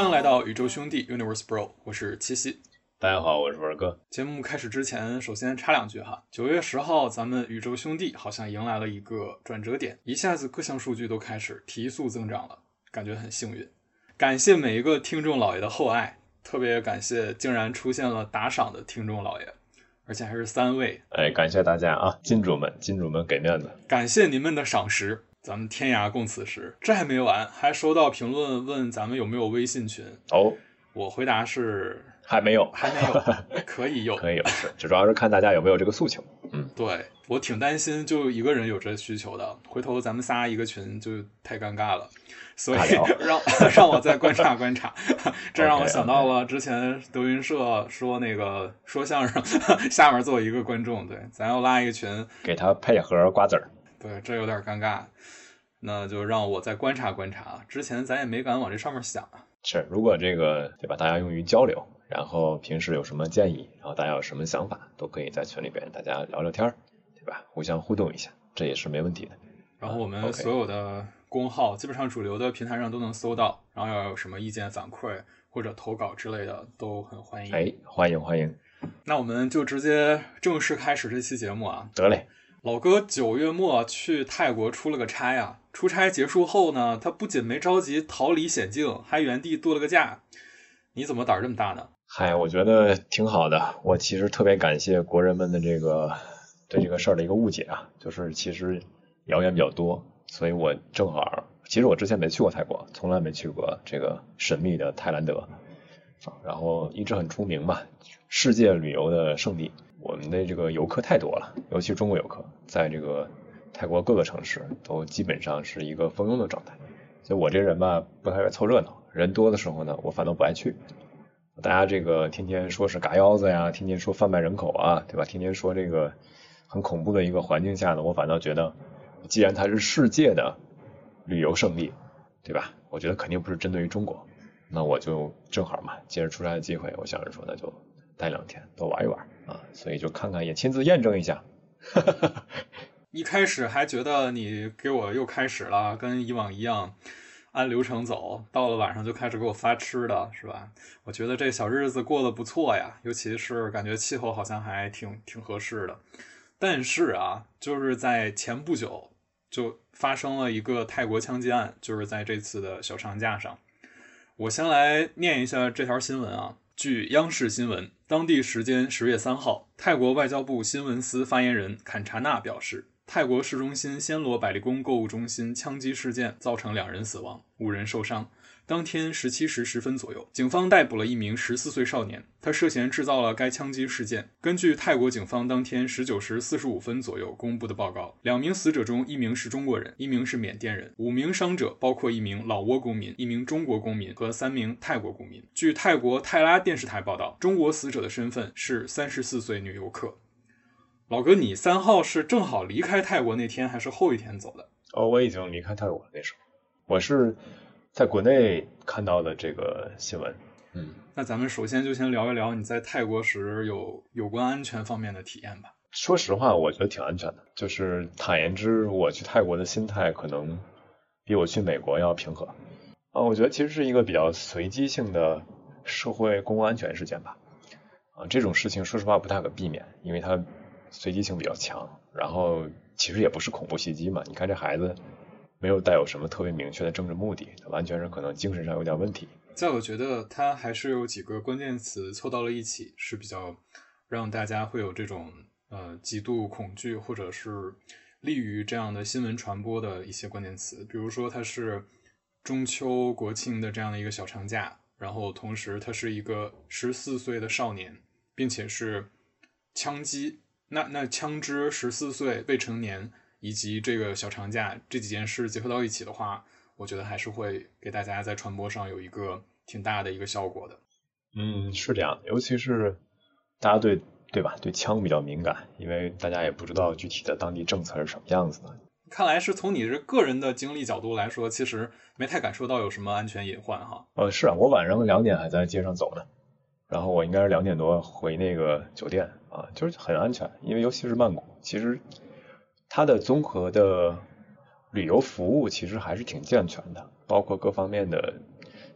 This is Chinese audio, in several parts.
欢迎来到宇宙兄弟 Universe Bro， 我是七夕。 大家好，我是文哥。 节目开始之前，首先插两句哈。9月10号，咱们宇宙兄弟好像迎来了一个转折点，一下子各项数据都开始提速增长了，感觉很幸运。感谢每一个听众老爷的厚爱，特别感谢竟然出现了打赏的听众老爷，而且还是3位。 感谢大家啊，金主们给面子， 感谢你们的赏识。咱们天涯共此时，这还没完，还收到评论问咱们有没有微信群哦。 我回答是还没有， 可以有， 是，主要是看大家有没有这个诉求。 对，我挺担心就一个人有这需求的，回头咱们仨一个群就太尴尬了，所以让我再观察观察。这让我想到了之前德云社说那个说相声下面做一个观众，对，咱要拉一个群给他配盒瓜子儿。 对，这有点尴尬，那就让我再观察观察。之前咱也没敢往这上面想啊。 是，如果这个对吧，大家用于交流，然后平时有什么建议，然后大家有什么想法，都可以在群里边大家聊聊天，对吧？互相互动一下，这也是没问题的。 然后我们所有的公号，基本上主流的平台上都能搜到，然后要有什么意见反馈或者投稿之类的，都很欢迎。 欢迎。 那我们就直接正式开始这期节目啊。 得嘞。 老哥9月末去泰国出了个差啊，出差结束后呢，他不仅没着急逃离险境，还原地度了个假。你怎么胆这么大呢？ 我觉得挺好的。我其实特别感谢国人们的对这个事儿的一个误解啊，就是其实谣言比较多，所以我正好，其实我之前没去过泰国，从来没去过这个神秘的泰兰德，然后一直很出名嘛，世界旅游的圣地。我们的这个游客太多了，尤其中国游客，在这个泰国各个城市都基本上是一个蜂拥的状态。所以我这人吧，不太爱凑热闹，人多的时候呢，我反倒不爱去。大家这个天天说是嘎腰子呀，天天说贩卖人口啊，对吧？天天说这个很恐怖的一个环境下呢，我反倒觉得，既然它是世界的旅游胜地，对吧？我觉得肯定不是针对于中国，那我就正好嘛，借着出差的机会，我想着说那就待2天多玩一玩啊，所以就看看也亲自验证一下。 一开始还觉得你给我又开始了，跟以往一样按流程走，到了晚上就开始给我发吃的，是吧？我觉得这小日子过得不错呀，尤其是感觉气候好像还挺合适的。但是啊，就是在前不久就发生了一个泰国枪击案，就是在这次的小长假上。我先来念一下这条新闻啊。据央视新闻，当地时间10月3号，泰国外交部新闻司发言人坎查纳表示，泰国市中心暹罗百丽宫购物中心枪击事件造成2人死亡，5人受伤。当天17时10分左右，警方逮捕了一名14岁少年，他涉嫌制造了该枪击事件。根据泰国警方当天19时45分左右公布的报告，2名死者中1名是中国人，1名是缅甸人，5名伤者包括1名老挝公民、1名中国公民和3名泰国公民。据泰国泰拉电视台报道，中国死者的身份是34岁女游客。老哥，你3号是正好离开泰国那天还是后一天走的？ 我已经离开泰国了，那时候我是在国内看到的这个新闻。 那咱们首先就先聊一聊你在泰国时有关安全方面的体验吧。 说实话，我觉得挺安全的，就是坦言之，我去泰国的心态可能比我去美国要平和。我觉得其实是一个比较随机性的社会公共安全事件吧。这种事情说实话不太可避免，因为它随机性比较强，然后其实也不是恐怖袭击嘛。你看这孩子没有带有什么特别明确的政治目的，他完全是可能精神上有点问题。 在我觉得他还是有几个关键词凑到了一起，是比较让大家会有这种极度恐惧或者是利于这样的新闻传播的一些关键词。比如说它是中秋国庆的这样的一个小长假，然后同时他是一个14岁的少年，并且是枪击，那枪支14岁未成年以及这个小长假这几件事结合到一起的话，我觉得还是会给大家在传播上有一个挺大的一个效果的。 是这样的，尤其是大家对吧，对枪比较敏感，因为大家也不知道具体的当地政策是什么样子的。 看来是从你这个人的经历角度来说，其实没太感受到有什么安全隐患哈。 是啊，我晚上2点还在街上走呢，然后我应该是2点多回那个酒店啊，就是很安全，因为尤其是曼谷，其实它的综合的旅游服务其实还是挺健全的，包括各方面的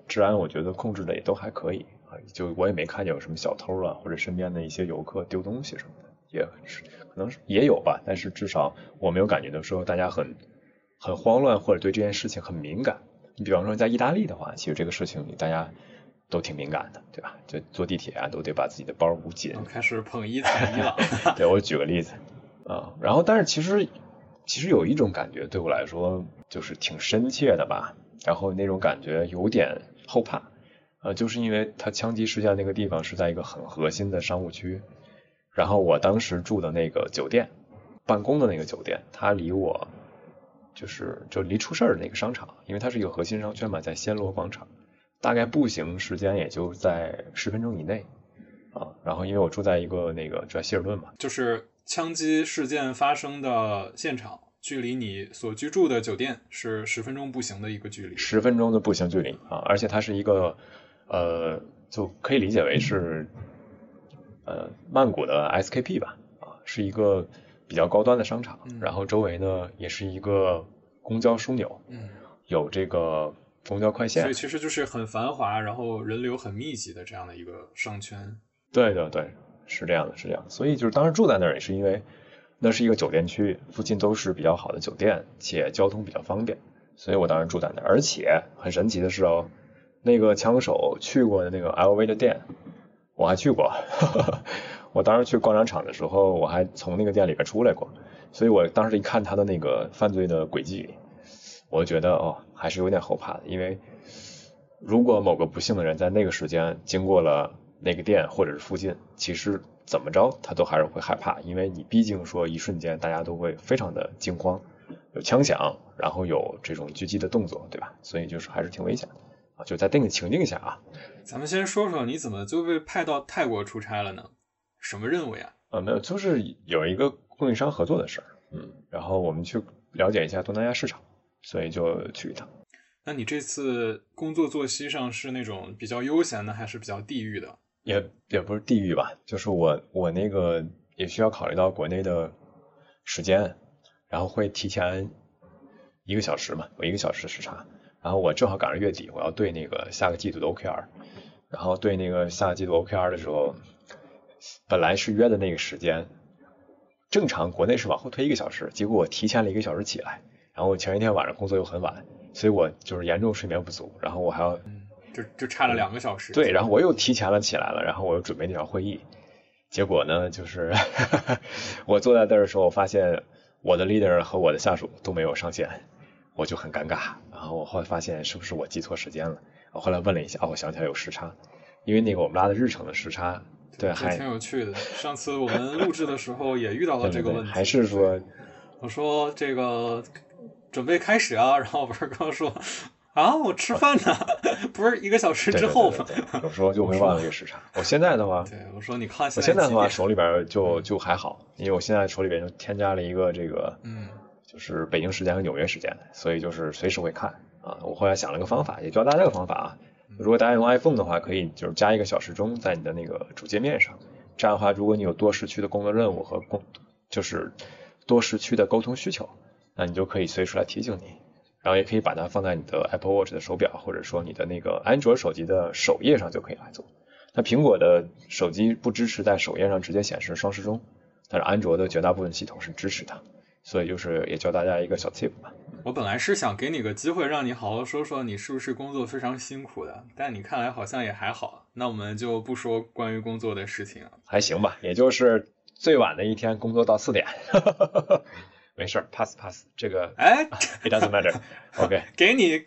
治安我觉得控制的也都还可以啊，就我也没看见有什么小偷啊，或者身边的一些游客丢东西什么的，也是可能是也有吧，但是至少我没有感觉到说大家很慌乱或者对这件事情很敏感。你比方说在意大利的话，其实这个事情大家都挺敏感的，对吧？就坐地铁啊，都得把自己的包捂紧。 开始捧一踩一了。 对，我举个例子啊，然后但是其实有一种感觉对我来说就是挺深切的吧，然后那种感觉有点后怕，就是因为他枪击事件那个地方是在一个很核心的商务区，然后我当时住的那个酒店，办公的那个酒店，它离我就离出事儿的那个商场，因为它是一个核心商圈嘛，在暹罗广场，大概步行时间也就在10分钟以内啊。然后因为我住在一个住在希尔顿嘛， 就是枪击事件发生的现场距离你所居住的酒店是10分钟步行的一个距离 ，10分钟的步行距离啊，而且它是一个就可以理解为是曼谷的 SKP 吧，啊，是一个比较高端的商场，然后周围呢也是一个公交枢纽，有这个公交快线， 所以其实就是很繁华，然后人流很密集的这样的一个商圈。 对对对，是这样的，是这样的。所以就是当时住在那儿也是因为那是一个酒店区，附近都是比较好的酒店，且交通比较方便，所以我当时住在那儿。而且很神奇的是哦，那个枪手去过的那个 LV 的店，我还去过。我当时去逛商场的时候，我还从那个店里边出来过，所以我当时一看他的那个犯罪的轨迹，我就觉得哦，还是有点后怕的，因为如果某个不幸的人在那个时间经过了那个店或者是附近，其实怎么着他都还是会害怕，因为你毕竟说一瞬间大家都会非常的惊慌，有枪响，然后有这种狙击的动作，对吧？所以就是还是挺危险的啊，就在那个情境下啊。 咱们先说说你怎么就被派到泰国出差了呢？什么任务呀？ 没有，就是有一个供应商合作的事儿，然后我们去了解一下东南亚市场，所以就去一趟。 那你这次工作作息上是那种比较悠闲的，还是比较地狱的？ 也不是地狱吧，就是我那个也需要考虑到国内的时间，然后会提前1个小时嘛，有1个小时的时差，然后我正好赶上月底，我要对那个下个季度的 OKR， 然后对那个下个季度 OKR 的时候，本来是约的那个时间，正常国内是往后推1个小时，结果我提前了1个小时起来，然后我前一天晚上工作又很晚，所以我就是严重睡眠不足，然后我还要就差了2个小时。 对，然后我又提前了起来了，然后我又准备那场会议，结果呢，就是我坐在那儿的时候，我发现我的 leader 和我的下属都没有上线，我就很尴尬。然后我后来发现是不是我记错时间了？我后来问了一下，我想起来有时差，因为那个我们拉的日程的时差，对，还挺有趣的。上次我们录制的时候也遇到了这个问题， 还是说， 我说这个准备开始啊，然后文哥说。啊，我吃饭呢，不是1个小时之后吗？ 有时候就会忘了这个时差。我现在的话， 对我说你看， 我现在的话手里边就还好，因为我现在手里边就添加了一个这个，就是北京时间和纽约时间，所以就是随时会看啊。我后来想了个方法，也教大家个方法啊。如果大家用 iPhone 的话，可以就是加一个小时钟在你的那个主界面上，这样的话，如果你有多时区的工作任务和就是多时区的沟通需求，那你就可以随时来提醒你。然后也可以把它放在你的 Apple Watch 的手表，或者说你的那个安卓手机的首页上就可以来做。那苹果的手机不支持在首页上直接显示双时钟，但是安卓的绝大部分系统是支持的，所以就是也教大家一个小 tip 吧。 我本来是想给你个机会，让你好好说说你是不是工作非常辛苦的，但你看来好像也还好。那我们就不说关于工作的事情了。 还行吧，也就是最晚的一天工作到4点。没事 ，pass， 这个，it doesn't matter。OK， 给你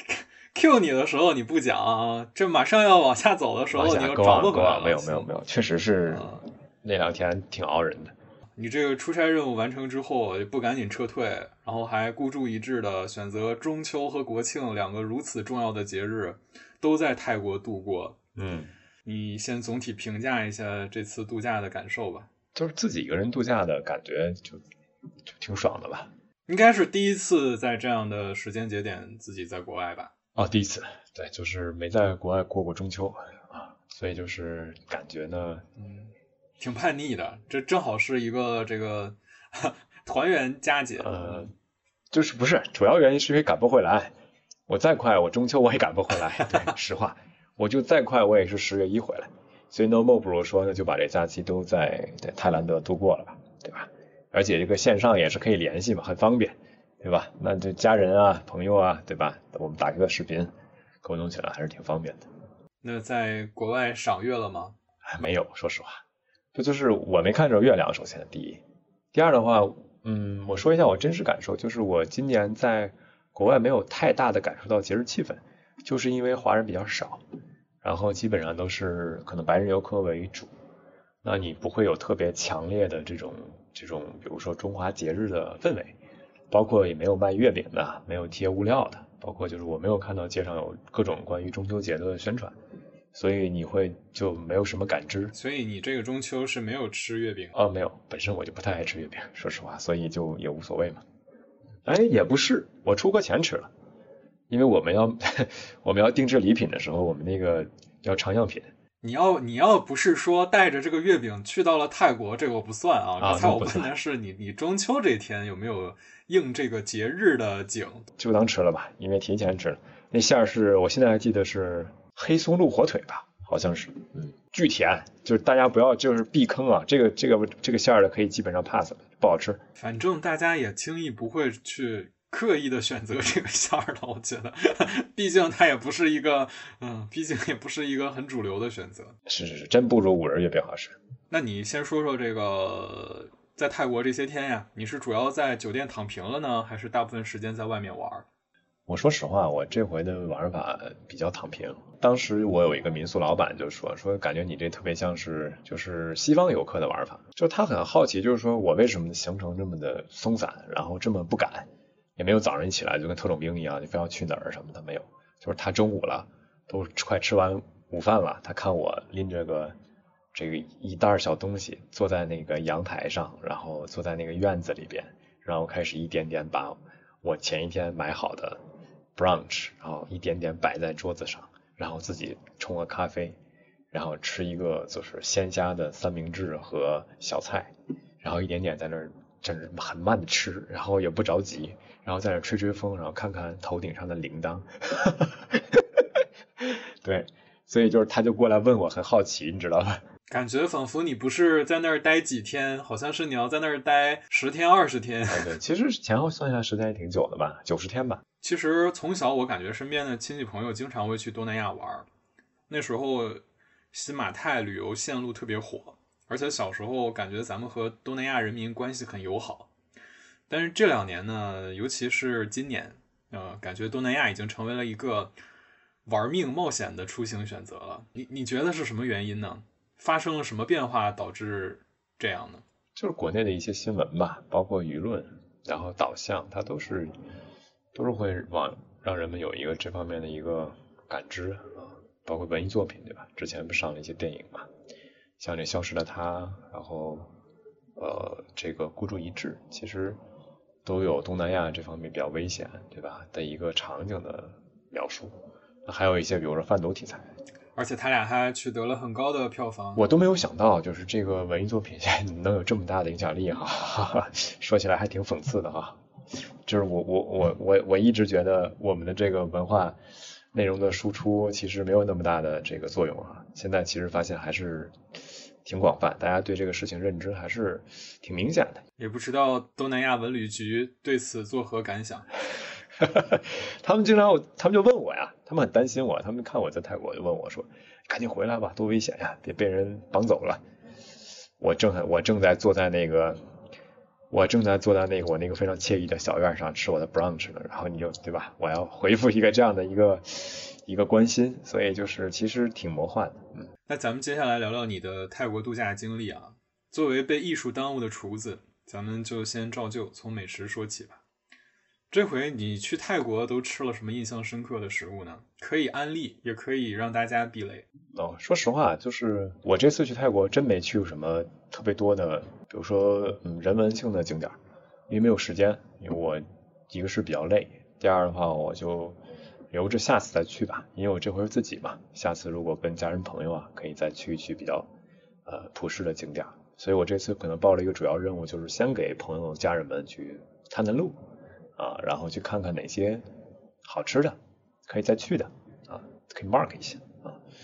Q 你的时候你不讲啊，这马上要往下走的时候你又找不回来了。 没有，确实是那2天挺熬人的。 你这个出差任务完成之后，也不赶紧撤退，然后还孤注一掷的选择中秋和国庆2个如此重要的节日，都在泰国度过。你先总体评价一下这次度假的感受吧。 就是自己一个人度假的感觉就挺爽的吧。 应该是第一次在这样的时间节点自己在国外吧？ 第一次，对，就是没在国外过中秋啊，所以就是感觉呢， 挺叛逆的。这正好是一个这个团圆佳节。 就是不是主要原因是因为赶不回来，我再快我中秋我也赶不回来，对，实话。 我就再快我也是10月1回来，所以 Nomo 不如说那就把这假期都在泰兰德度过了吧，对吧？而且这个线上也是可以联系嘛，很方便，对吧？那这家人啊、朋友啊，对吧？我们打开个视频沟通起来还是挺方便的。 那在国外赏月了吗？ 没有，说实话，这就是我没看着月亮，首先第一，第二的话，我说一下我真实感受，就是我今年在国外没有太大的感受到节日气氛，就是因为华人比较少，然后基本上都是可能白人游客为主，那你不会有特别强烈的这种，比如说中华节日的氛围，包括也没有卖月饼的，没有贴物料的，包括就是我没有看到街上有各种关于中秋节的宣传，所以你会就没有什么感知。 所以你这个中秋是没有吃月饼？ 没有，本身我就不太爱吃月饼，说实话，所以就也无所谓嘛。哎，也不是，我出国前吃了，因为我们要我们要定制礼品的时候，我们那个要尝样品。 你要不是说带着这个月饼去到了泰国，这个我不算啊。刚才我问的是你中秋这天有没有应这个节日的景？ 就当吃了吧，因为提前吃了。那馅儿是我现在还记得是黑松露火腿吧，好像是，巨甜，就是大家不要就是避坑啊，这个馅儿的可以基本上 pass 了，不好吃。 反正大家也轻易不会去刻意的选择这个馅儿的，我觉得，毕竟它也不是一个，毕竟也不是一个很主流的选择。 是，真不如五仁月饼好吃。 那你先说说这个在泰国这些天呀，你是主要在酒店躺平了呢，还是大部分时间在外面玩？ 我说实话，我这回的玩法比较躺平。当时我有一个民宿老板就说感觉你这特别像是就是西方游客的玩法，就他很好奇，就是说我为什么行程这么的松散，然后这么不赶，也没有早上一起来就跟特种兵一样，就非要去哪儿什么的没有，就是他中午了，都快吃完午饭了，他看我拎着这个一袋小东西，坐在那个阳台上，然后坐在那个院子里边，然后开始一点点把我前一天买好的brunch， 然后一点点摆在桌子上，然后自己冲个咖啡，然后吃一个就是鲜虾的三明治和小菜，然后一点点在那儿真很慢的吃，然后也不着急，然后在那儿吹吹风，然后看看头顶上的铃铛。对，所以就是他就过来问我，很好奇，你知道吧？ 感觉仿佛你不是在那儿待几天，好像是你要在那儿待10天20天。 对，其实前后算下时间也挺久的吧，90天吧。 其实从小我感觉身边的亲戚朋友经常会去东南亚玩，那时候新马泰旅游线路特别火，而且小时候感觉咱们和东南亚人民关系很友好。但是这2年呢，尤其是今年，感觉东南亚已经成为了一个玩命冒险的出行选择了。你觉得是什么原因呢？发生了什么变化导致这样呢？ 就是国内的一些新闻吧，包括舆论，然后导向，它都是会让人们有一个这方面的一个感知啊，包括文艺作品，对吧？之前不上了一些电影嘛，像这《消失的她》，然后这个孤注一掷，其实都有东南亚这方面比较危险，对吧？的一个场景的描述。还有一些比如说贩毒题材， 而且他俩还取得了很高的票房。 我都没有想到，就是这个文艺作品能有这么大的影响力哈，说起来还挺讽刺的哈。就是我一直觉得我们的这个文化内容的输出其实没有那么大的这个作用啊，现在其实发现还是挺广泛，大家对这个事情认知还是挺明显的。 也不知道东南亚文旅局对此作何感想。 他们就问我呀，他们很担心我，他们看我在泰国就问我说，赶紧回来吧，多危险呀，别被人绑走了。我正在坐在那个我那个非常惬意的小院上吃我的 brunch 呢，然后你就对吧，我要回复一个这样的一个关心，所以就是其实挺魔幻的。 那咱们接下来聊聊你的泰国度假经历啊。作为被艺术耽误的厨子，咱们就先照旧从美食说起吧。这回你去泰国都吃了什么印象深刻的食物呢？可以安利，也可以让大家避雷。 说实话，就是我这次去泰国真没去什么特别多的，比如说人文性的景点，因为没有时间，因为我一个是比较累，第二的话我就留着下次再去吧，因为我这回是自己嘛，下次如果跟家人朋友啊，可以再去一去比较普世的景点，所以我这次可能报了一个主要任务，就是先给朋友家人们去探探路。然后去看看哪些好吃的可以再去的可以 mark 一下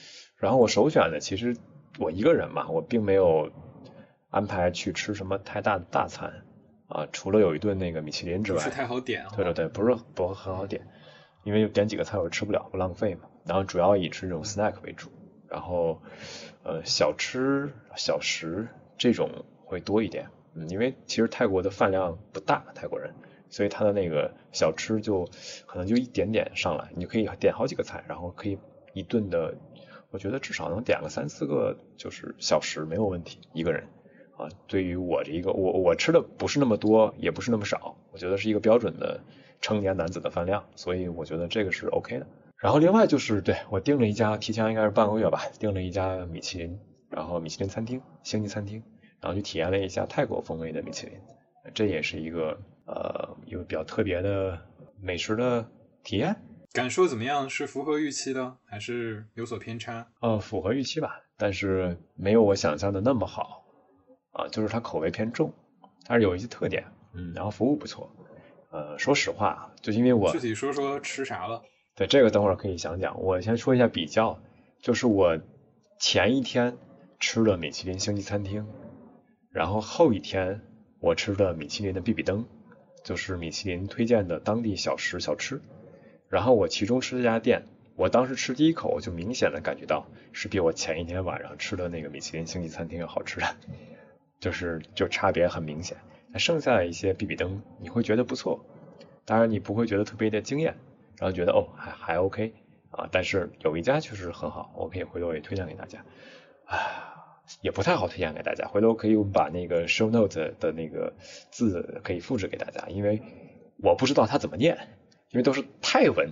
然后我首选的其实我一个人嘛，我并没有安排去吃什么太大的大餐啊，除了有一顿那个米其林之外， 不是太好点。 对对对，不是很好点，因为点几个菜我吃不了，不浪费嘛。然后主要以吃这种 snack 为主，然后小吃小食这种会多一点，因为其实泰国的饭量不大，泰国人，所以他的那个小吃就可能就一点点上来，你就可以点好几个菜，然后可以一顿的，我觉得至少能点个3-4个就是小食没有问题，一个人啊。对于我这一个我吃的不是那么多，也不是那么少，我觉得是一个标准的成年男子的饭量，所以我觉得这个是 OK 的。然后另外就是对我订了一家，提前应该是半个月吧，订了一家米其林，然后米其林餐厅，星级餐厅，然后去体验了一下泰国风味的米其林，这也是一个比较特别的美食的体验。 感受怎么样？是符合预期的，还是有所偏差？ 符合预期吧，但是没有我想象的那么好啊，就是它口味偏重，但是有一些特点，然后服务不错。说实话，就因为我具体说说吃啥了？ 对，这个等会儿可以讲讲。我先说一下比较，就是我前一天吃的米其林星级餐厅，然后后一天我吃的米其林的必比登，就是米其林推荐的当地小食小吃。然后我其中吃这家店，我当时吃第一口我就明显的感觉到是比我前一天晚上吃的那个米其林星级餐厅要好吃的，就差别很明显。那剩下的一些必比登你会觉得不错，当然你不会觉得特别的惊艳。然后觉得还 OK 啊，但是有一家确实很好，我可以回头也推荐给大家也不太好推荐给大家，回头可以我们把那个 show note 的那个字可以复制给大家，因为我不知道它怎么念，因为都是泰文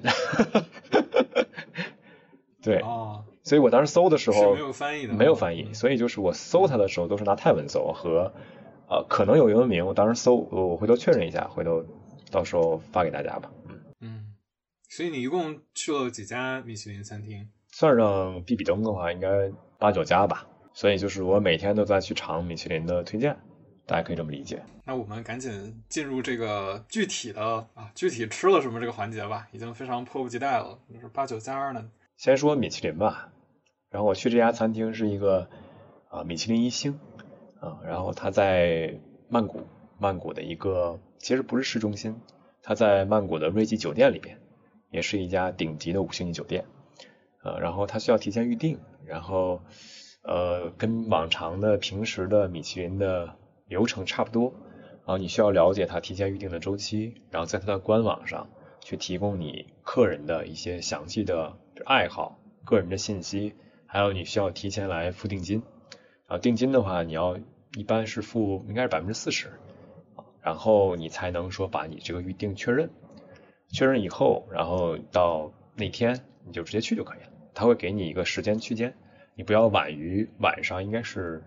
对所以我当时搜的时候是没有翻译的， 没有翻译，所以就是我搜它的时候都是拿泰文搜和可能有英文名，我当时搜我回头确认一下，回头到时候发给大家吧。 所以你一共去了几家米其林餐厅？ 算上必比登的话，应该8-9家吧。所以就是我每天都在去尝米其林的推荐，大家可以这么理解。 那我们赶紧进入这个具体吃了什么这个环节吧，已经非常迫不及待了。就是8-9家呢。 先说米其林吧，然后我去这家餐厅是一个米其林1星然后它在曼谷的一个其实不是市中心，它在曼谷的瑞吉酒店里边。也是一家顶级的5星级酒店，然后它需要提前预定，然后跟往常的平时的米其林的流程差不多，然后你需要了解它提前预定的周期，然后在它的官网上去提供你客人的一些详细的爱好、个人的信息，还有你需要提前来付定金，然后定金的话你要一般是付应该是40%，然后你才能说把你这个预定确认以后，然后到那天你就直接去就可以了。他会给你一个时间区间，你不要晚于晚上，应该是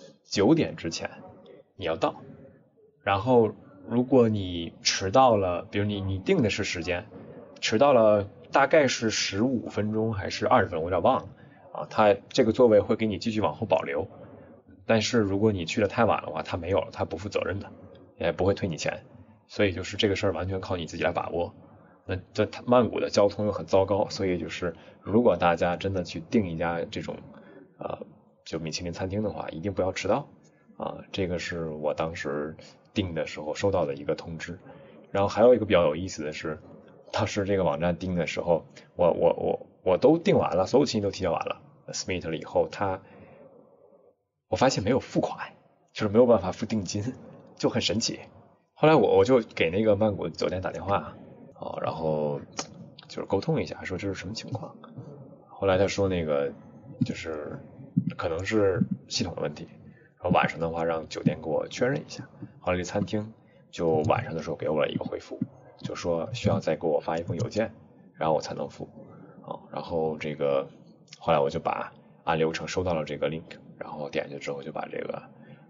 9点之前你要到。然后如果你迟到了，比如你定的是时间，迟到了大概是15分钟还是20分钟，我有点忘了他这个座位会给你继续往后保留。但是如果你去的太晚的话，他没有了，他不负责任的，也不会退你钱。所以就是这个事儿完全靠你自己来把握。那这曼谷的交通又很糟糕，所以就是如果大家真的去订一家这种就米其林餐厅的话，一定不要迟到这个是我当时订的时候收到的一个通知。然后还有一个比较有意思的是，当时这个网站订的时候，我都订完了，所有信息都提交完了 submit 了以后，我发现没有付款，就是没有办法付定金，就很神奇。后来我就给那个曼谷酒店打电话然后就是沟通一下，说这是什么情况。后来他说那个就是可能是系统的问题，然后晚上的话让酒店给我确认一下。后来这餐厅就晚上的时候给我了一个回复，就说需要再给我发一封邮件，然后我才能付然后这个后来我就按流程收到了这个 link， 然后点进去之后就把这个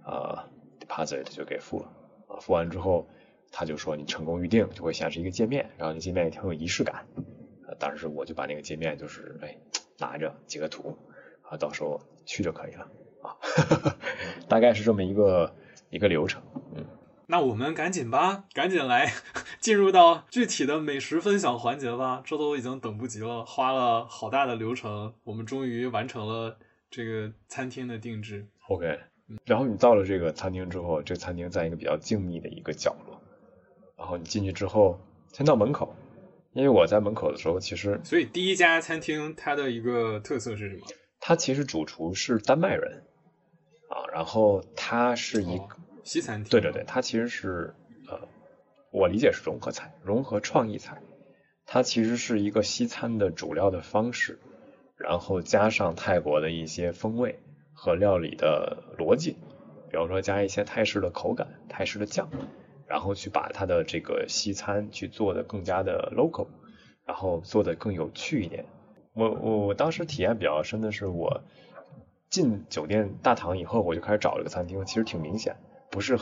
deposit 就给付了付完之后他就说你成功预定，就会显示一个界面，然后那界面也挺有仪式感当时我就把那个界面就是拿着截个图到时候去就可以了大概是这么一个流程那我们赶紧来进入到具体的美食分享环节吧，这都已经等不及了，花了好大的流程，我们终于完成了这个餐厅的定制。 OK， 然后你到了这个餐厅之后，这个餐厅在一个比较静谧的一个角落，然后你进去之后，先到门口，因为我在门口的时候，其实所以第一家餐厅它的一个特色是什么？ 它其实主厨是丹麦人啊，然后它是一个、 西餐厅。 对对对，它其实是我理解是融合菜，融合创意菜，它其实是一个西餐的主料的方式，然后加上泰国的一些风味和料理的逻辑，比方说加一些泰式的口感、泰式的酱，然后去把它的这个西餐去做的更加的 local， 然后做的更有趣一点。我当时体验比较深的是，我进酒店大堂以后，我就开始找这个餐厅，其实挺明显，不是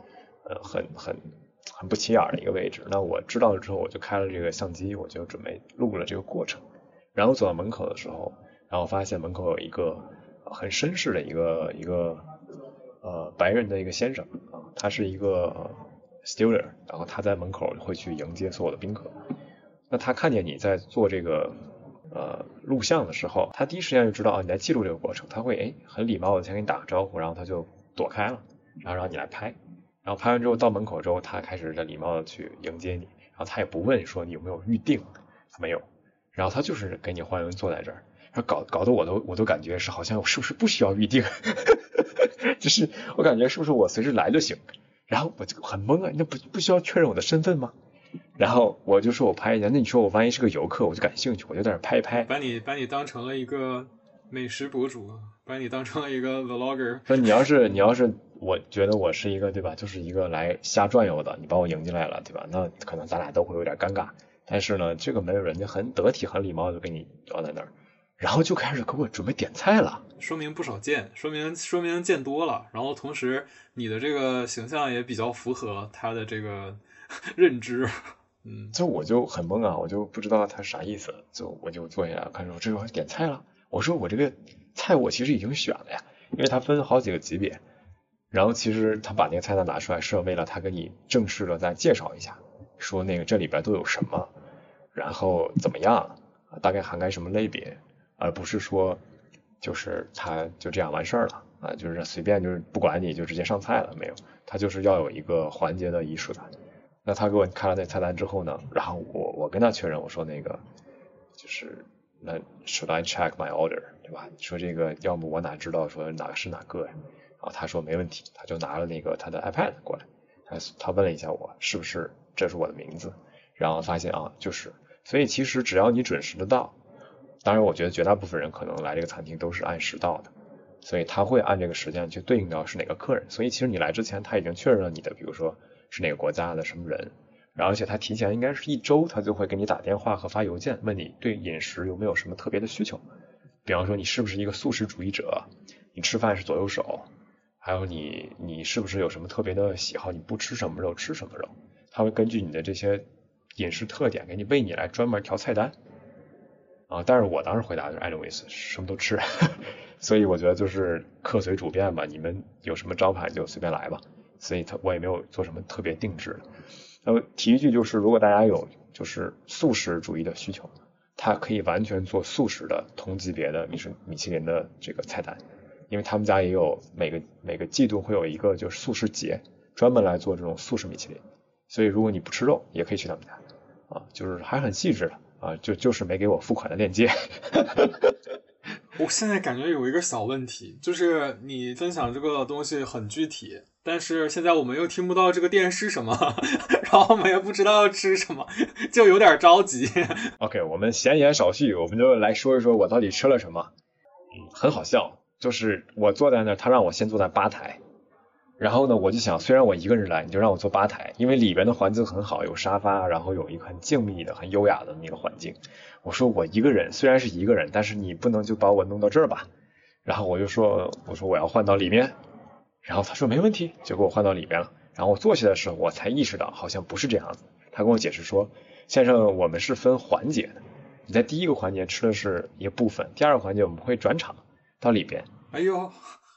很不起眼的一个位置。那我知道了之后，我就开了这个相机，我就准备录了这个过程。然后走到门口的时候，然后发现门口有一个很绅士的一个白人的一个先生啊，他是一个steward， 然后他在门口会去迎接所有的宾客。那他看见你在做这个录像的时候，他第一时间就知道啊你在记录这个过程，他会很礼貌的先跟你打个招呼，然后他就躲开了，然后让你来拍，然后拍完之后到门口之后，他开始在礼貌的去迎接你，然后他也不问说你有没有预定，没有，然后他就是给你欢迎坐在这儿，然后搞得我都感觉是好像我是不是不需要预定，就是我感觉是不是我随时来就行，然后我就很懵啊，那不需要确认我的身份吗？然后我就说我拍一下，那你说我万一是个游客，我就感兴趣，我就在那拍一拍， 把你当成了一个美食博主，把你当成了一个 vlogger。 说你要是我觉得我是一个对吧，就是一个来瞎转悠的，你把我迎进来了对吧？那可能咱俩都会有点尴尬。但是呢，这个没有人家很得体、很礼貌的给你坐在那儿，然后就开始给我准备点菜了。 说明不少见，说明见多了。然后同时你的这个形象也比较符合他的这个认知。 就我就很懵啊，我就不知道他啥意思，我就坐下来看说这会点菜了。我说我这个菜我其实已经选了呀，因为它分好几个级别。然后其实他把那个菜单拿出来是为了他跟你正式的再介绍一下，说那个这里边都有什么，然后怎么样，大概涵盖什么类别，而不是说就是他就这样完事儿了啊，就是随便就是不管你就直接上菜了没有，他就是要有一个环节的仪式感。那他给我看了那菜单之后呢，然后我跟他确认，我说那个就是那 should I check my order 对吧？说这个要么我哪知道说哪个是哪个呀？然后他说没问题，他就拿了那个他的 iPad 过来，他问了一下我是不是这是我的名字，然后发现啊就是，所以其实只要你准时的到，当然我觉得绝大部分人可能来这个餐厅都是按时到的，所以他会按这个时间去对应到是哪个客人，所以其实你来之前他已经确认了你的，比如说是哪个国家的什么人，然后而且他提前应该是1周，他就会给你打电话和发邮件问你对饮食有没有什么特别的需求，比方说你是不是一个素食主义者，你吃饭是左右手，还有你是不是有什么特别的喜好，你不吃什么肉吃什么肉，他会根据你的这些饮食特点给你为你来专门调菜单啊。但是我当时回答就是 anyways 什么都吃所以我觉得就是客随主便吧，你们有什么招牌就随便来吧，所以我也没有做什么特别定制的。然后提一句就是，如果大家有就是素食主义的需求，他可以完全做素食的同级别的米其林的这个菜单，因为他们家也有每个季度会有一个就是素食节，专门来做这种素食米其林，所以如果你不吃肉，也可以去他们家啊，就是还很细致的啊，就是没给我付款的链接我现在感觉有一个小问题，就是你分享这个东西很具体，但是现在我们又听不到这个店是什么然后我们也不知道吃什么，就有点着急 OK， 我们闲言少叙，我们就来说一说我到底吃了什么。很好笑，就是我坐在那儿，他让我先坐在吧台，然后呢，我就想，虽然我一个人来，你就让我坐吧台，因为里边的环境很好，有沙发，然后有一个很静谧的、很优雅的那个环境。我说我一个人，虽然是一个人，但是你不能就把我弄到这儿吧？然后我就说，我说我要换到里面，然后他说没问题，就给我换到里面了。然后我坐下的时候，我才意识到好像不是这样子。他跟我解释说，先生，我们是分环节的，你在第一个环节吃的是一个部分，第二个环节我们会转场到里边。 哎呦，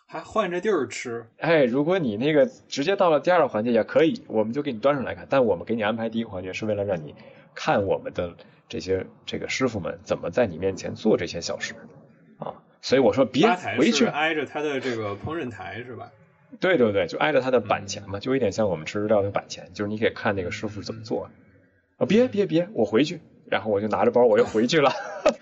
还换着地儿吃。 哎，如果你那个直接到了第二个环节也可以，我们就给你端上来看。但我们给你安排第一个环节是为了让你看我们的这个师傅们怎么在你面前做这些小食啊。所以我说别吧台回去， 是挨着他的这个烹饪台是吧？ 对对对，就挨着他的板前嘛，就有点像我们吃日料的板前，就是你可以看那个师傅怎么做。啊，别，我回去，然后我就拿着包我又回去了。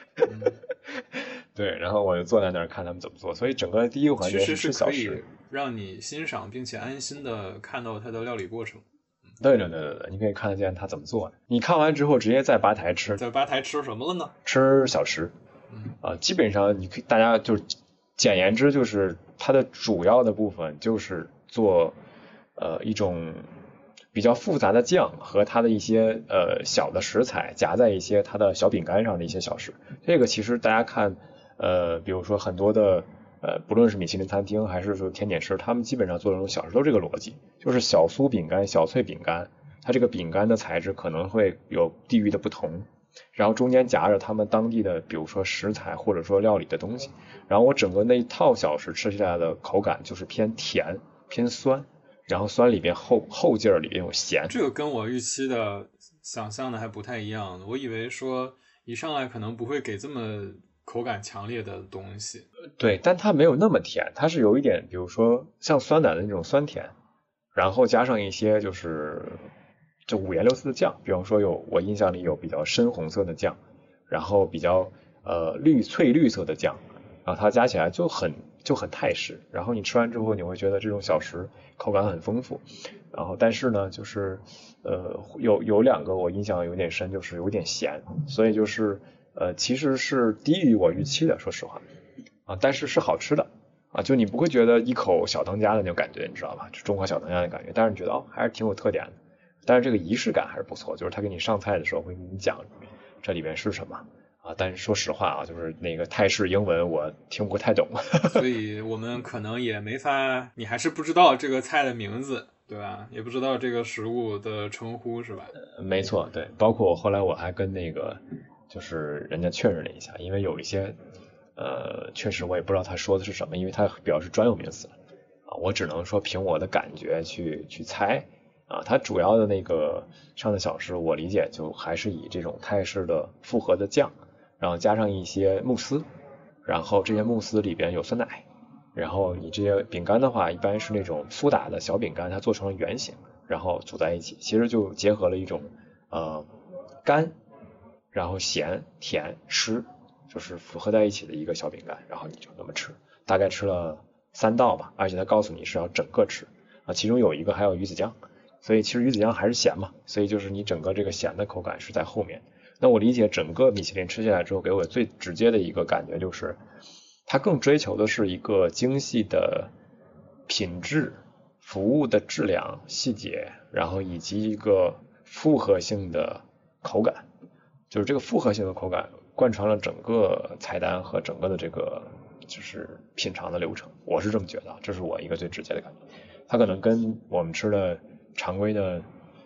对，然后我就坐在那儿看他们怎么做，所以整个第一个环节其实吃小食， 可以让你欣赏并且安心的看到它的料理过程。 对，你可以看得见他怎么做的。你看完之后直接在吧台吃， 在吧台吃什么了呢？ 吃小食。基本上你可以大家就简言之就是它的主要的部分就是做一种比较复杂的酱和它的一些小的食材夹在一些它的小饼干上的一些小食。这个其实大家看比如说很多的不论是米其林餐厅还是说甜点师，他们基本上做这种小食都是这个逻辑，就是小酥饼干、小脆饼干，它这个饼干的材质可能会有地域的不同，然后中间夹着他们当地的比如说食材或者说料理的东西，然后我整个那一套小食吃起来的口感就是偏甜偏酸，然后酸里边后劲儿里边有咸。 这个跟我预期的想象的还不太一样，我以为说一上来可能不会给这么口感强烈的东西。 对，但它没有那么甜，它是有一点比如说像酸奶的那种酸甜，然后加上一些就五颜六色的酱，比方说我印象里有比较深红色的酱，然后比较翠绿色的酱，然后它加起来就很泰式，然后你吃完之后你会觉得这种小食口感很丰富，然后但是呢就是有两个我印象有点深，就是有点咸，所以就是其实是低于我预期的，说实话啊，但是是好吃的啊，就你不会觉得一口小当家的那种感觉，你知道吧？就中华小当家的感觉，但是你觉得哦还是挺有特点的。但是这个仪式感还是不错，就是他给你上菜的时候会给你讲这里面是什么啊。但是说实话啊，就是那个泰式英文我听不太懂， 所以我们可能也没法，你还是不知道这个菜的名字，对吧？也不知道这个食物的称呼，是吧？ 没错，对，包括后来我还跟那个就是人家确认了一下，因为有一些确实我也不知道他说的是什么，因为他表示专有名词啊，我只能说凭我的感觉去猜。啊，它主要的那个上的小食，我理解就还是以这种泰式的复合的酱，然后加上一些慕斯，然后这些慕斯里边有酸奶，然后你这些饼干的话，一般是那种苏打的小饼干，它做成了圆形，然后组在一起，其实就结合了一种干，然后咸甜湿，就是复合在一起的一个小饼干，然后你就那么吃，大概吃了3道吧，而且他告诉你是要整个吃啊，其中有一个还有鱼子酱。所以其实鱼子酱还是咸嘛，所以就是你整个这个咸的口感是在后面。那我理解整个米其林吃下来之后，给我最直接的一个感觉就是，它更追求的是一个精细的品质、服务的质量、细节，然后以及一个复合性的口感。就是这个复合性的口感贯穿了整个菜单和整个的这个就是品尝的流程，我是这么觉得，这是我一个最直接的感觉。它可能跟我们吃的常规的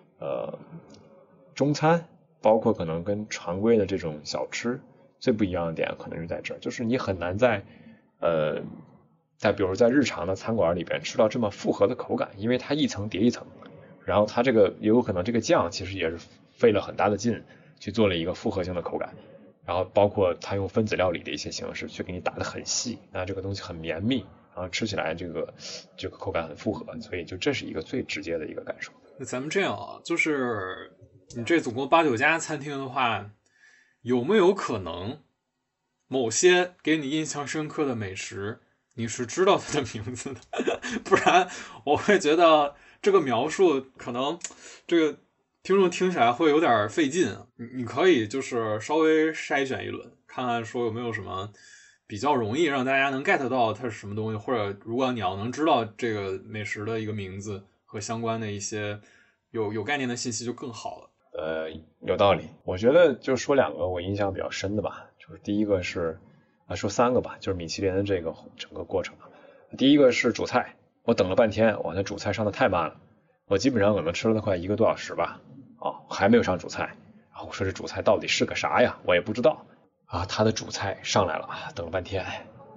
中餐，包括可能跟常规的这种小吃最不一样的点，可能是在这儿，就是你很难在比如在日常的餐馆里边吃到这么复合的口感，因为它一层叠一层，然后它这个也有可能这个酱其实也是费了很大的劲去做了一个复合性的口感，然后包括它用分子料理的一些形式去给你打得很细，那这个东西很绵密。然后吃起来这个口感很复合，所以就这是一个最直接的一个感受。 那咱们这样啊，就是你这总共8、9家餐厅的话，有没有可能某些给你印象深刻的美食，你是知道它的名字的？不然我会觉得这个描述可能这个听众听起来会有点费劲。你可以就是稍微筛选一轮，看看说有没有什么比较容易让大家能 get 到它是什么东西，或者如果你要能知道这个美食的一个名字和相关的一些有概念的信息就更好了。 有道理。我觉得就说2个我印象比较深的吧，就是第一个是说3个吧，就是米其林的这个整个过程。第一个是主菜，我等了半天，那主菜上的太慢了，我基本上可能吃了快1个多小时吧，还没有上主菜。我说这主菜到底是个啥呀？我也不知道。它的主菜上来了，等了半天，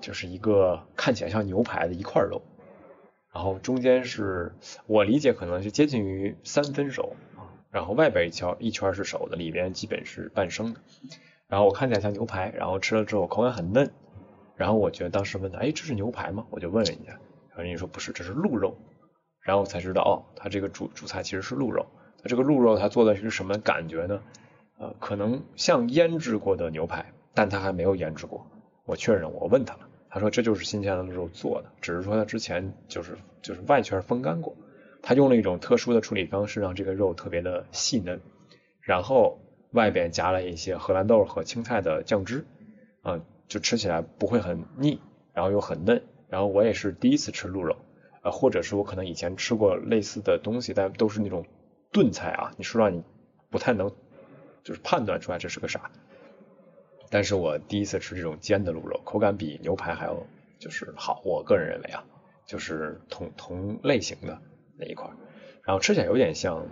就是一个看起来像牛排的一块肉，然后中间是我理解可能是接近于3分熟，然后外边一圈是熟的，里边基本是半生的，然后我看起来像牛排，然后吃了之后口感很嫩，然后我觉得当时问他，哎，这是牛排吗？我就问人家，然后人家说不是，这是鹿肉，然后我才知道哦，他这个主菜其实是鹿肉，他这个鹿肉他做的是什么感觉呢？可能像腌制过的牛排，但他还没有腌制过。我确认，我问他了，他说这就是新鲜的鹿肉做的，只是说他之前就是外圈风干过，他用了一种特殊的处理方式，让这个肉特别的细嫩，然后外边加了一些荷兰豆和青菜的酱汁，就吃起来不会很腻，然后又很嫩。然后我也是第一次吃鹿肉，或者是我可能以前吃过类似的东西，但都是那种炖菜啊，你说让你不太能就是判断出来这是个啥。但是我第一次吃这种煎的鹿肉，口感比牛排还要就是好，我个人认为啊，就是同类型的那一块，然后吃起来有点像，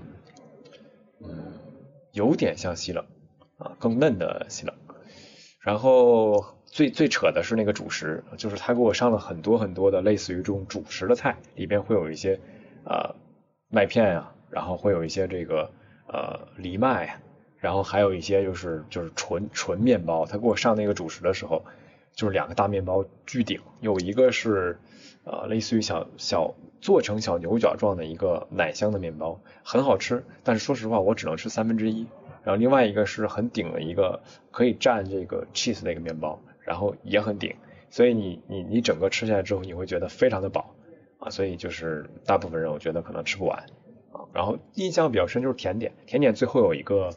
有点像西冷啊，更嫩的西冷。然后最扯的是那个主食，就是他给我上了很多很多的类似于这种主食的菜，里边会有一些麦片啊，然后会有一些这个藜麦啊，然后还有一些就是纯面包。他给我上那个主食的时候，就是2个大面包巨顶，有一个是类似于做成小牛角状的一个奶香的面包，很好吃，但是说实话我只能吃1/3。然后另外一个是很顶的一个可以蘸这个 cheese 的一个面包，然后也很顶，所以你整个吃下来之后你会觉得非常的饱啊，所以就是大部分人我觉得可能吃不完啊。然后印象比较深就是甜点最后有一个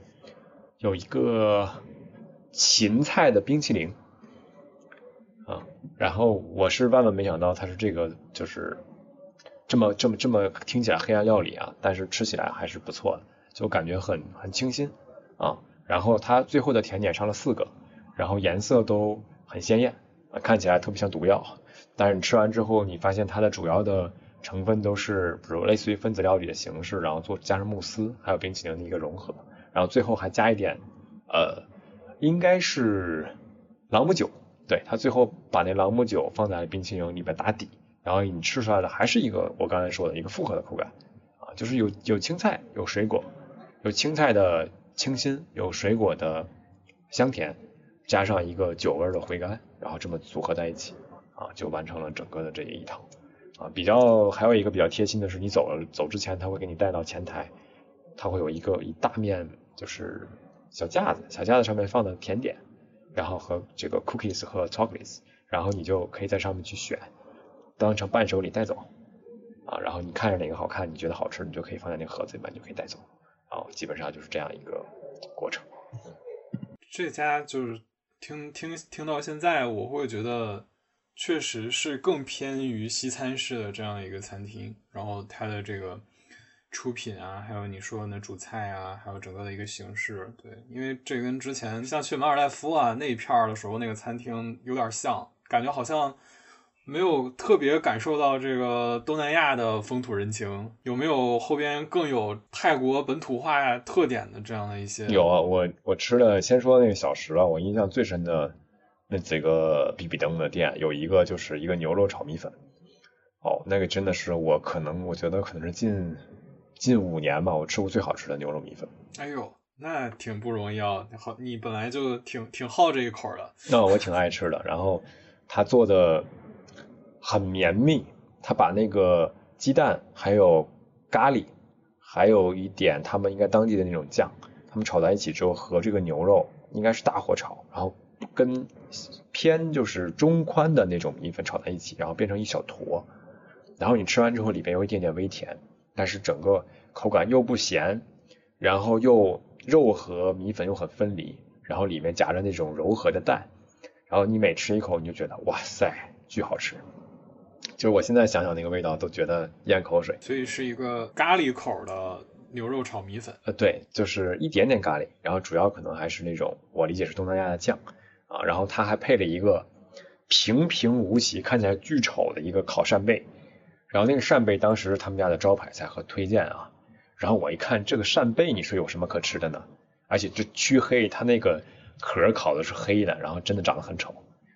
芹菜的冰淇淋啊，然后我是万万没想到它是这个就是这么听起来黑暗料理啊，但是吃起来还是不错的，就感觉很清新啊。然后它最后的甜点上了4个，然后颜色都很鲜艳，看起来特别像毒药。但是你吃完之后，你发现它的主要的成分都是比如类似于分子料理的形式，然后加上慕斯还有冰淇淋的一个融合，然后最后还加一点应该是朗姆酒，对，它最后把那朗姆酒放在冰淇淋里边打底，然后你吃出来的还是一个我刚才说的一个复合的口感啊，就是有青菜有水果，有青菜的清新，有水果的香甜，加上一个酒味的回甘，然后这么组合在一起啊，就完成了整个的这一套啊。还有一个比较贴心的是，你走之前他会给你带到前台，他会有一大面就是小架子上面放的甜点，然后和这个 cookies 和 chocolates， 然后你就可以在上面去选，当成伴手礼带走啊。然后你看着哪个好看，你觉得好吃，你就可以放在那个盒子里面，你就可以带走。然后基本上就是这样一个过程。 这家就是听到现在，我会觉得确实是更偏于西餐式的这样一个餐厅，然后它的这个出品啊，还有你说的那主菜啊，还有整个的一个形式，对，因为这跟之前像去马尔代夫啊那一片的时候那个餐厅有点像，感觉好像没有特别感受到这个东南亚的风土人情，有没有后边更有泰国本土化特点的这样的一些？ 有啊，我吃了，先说那个小食吧，我印象最深的那几个比比登的店，有一个就是一个牛肉炒米粉，哦，那个真的是我觉得可能是近5年吧，我吃过最好吃的牛肉米粉。 哎呦，那挺不容易啊！好，你本来就挺好这一口的。 那我挺爱吃的，然后他做的很绵密，他把那个鸡蛋还有咖喱，还有一点他们应该当地的那种酱，他们炒在一起之后和这个牛肉应该是大火炒，然后跟偏就是中宽的那种米粉炒在一起，然后变成一小坨，然后你吃完之后里边有一点点微甜，但是整个口感又不咸，然后又肉和米粉又很分离，然后里面夹着那种柔和的蛋，然后你每吃一口你就觉得哇塞巨好吃，就是我现在想想那个味道都觉得咽口水。 所以是一个咖喱口的牛肉炒米粉。 对，就是一点点咖喱，然后主要可能还是那种我理解是东南亚的酱啊，然后它还配了一个平平无奇看起来巨丑的一个烤扇贝，然后那个扇贝当时是他们家的招牌菜和推荐啊，然后我一看这个扇贝你说有什么可吃的呢，而且这黢黑，它那个壳烤的是黑的，然后真的长得很丑，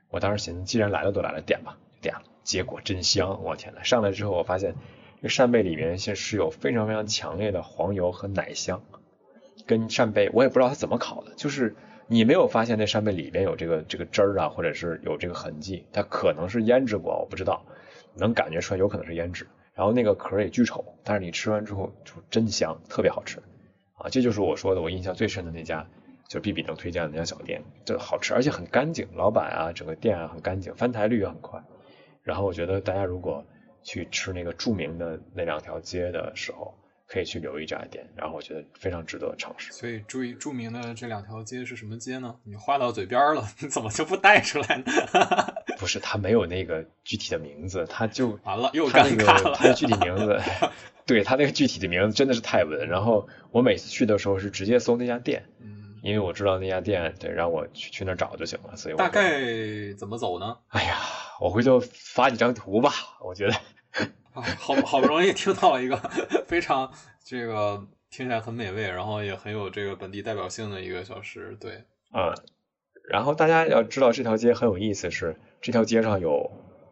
我当时寻思，既然来了都来了，点吧，就点了。结果真香，我天呐！上来之后，我发现这个扇贝里面是有非常非常强烈的黄油和奶香，跟扇贝我也不知道它怎么烤的，就是你没有发现那扇贝里边有这个汁儿啊，或者是有这个痕迹，它可能是腌制过，我不知道，能感觉出来有可能是腌制。然后那个壳也巨丑，但是你吃完之后就真香，特别好吃啊！这就是我说的我印象最深的那家，就是必比登推荐的那家小店，这好吃而且很干净，老板啊整个店啊很干净，翻台率也很快。然后我觉得大家如果去吃那个著名的那2条街的时候，可以去留意这家店，然后我觉得非常值得尝试。 所以著名的这2条街是什么街呢？你话到嘴边了，你怎么就不带出来呢？ 不是，他没有那个具体的名字，他就完了又尴尬了。 他的具体名字，对，他那个具体的名字真的是泰文。然后我每次去的时候是直接搜那家店，因为我知道那家店，对，让我去那找就行了。所以我大概怎么走呢？ 哎呀，我回头发几张图吧，我觉得。 好不容易听到了一个非常这个听起来很美味，然后也很有这个本地代表性的一个小吃，对， 然后大家要知道这条街很有意思，是这条街上有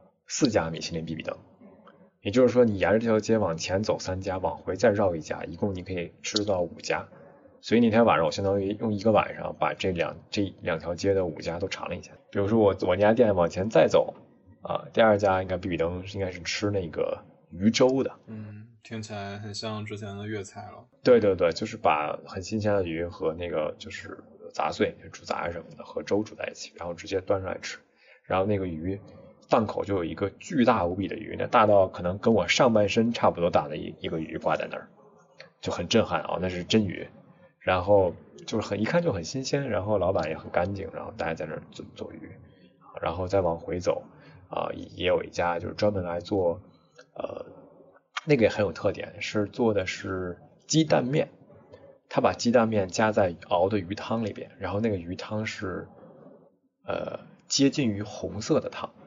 4家米其林必比登，也就是说你沿着这条街往前走3家，往回再绕1家，一共你可以吃到5家。所以那天晚上我相当于用1个晚上把这两条街的5家都尝了一下。比如说我那家店往前再走第2家应该必比登应该是吃那个鱼粥的， 听起来很像之前的粤菜了。 对对对，就是把很新鲜的鱼和那个就是杂碎煮杂什么的和粥煮在一起，然后直接端上来吃。然后那个鱼档口就有一个巨大无比的鱼，那大到可能跟我上半身差不多大的一个鱼挂在那儿，就很震撼那是真鱼。然后就是一看就很新鲜，然后老板也很干净，然后大家在那儿做鱼，然后再往回走也有一家就是专门来做那个也很有特点，是做的是鸡蛋面，他把鸡蛋面加在熬的鱼汤里边，然后那个鱼汤是接近于红色的汤，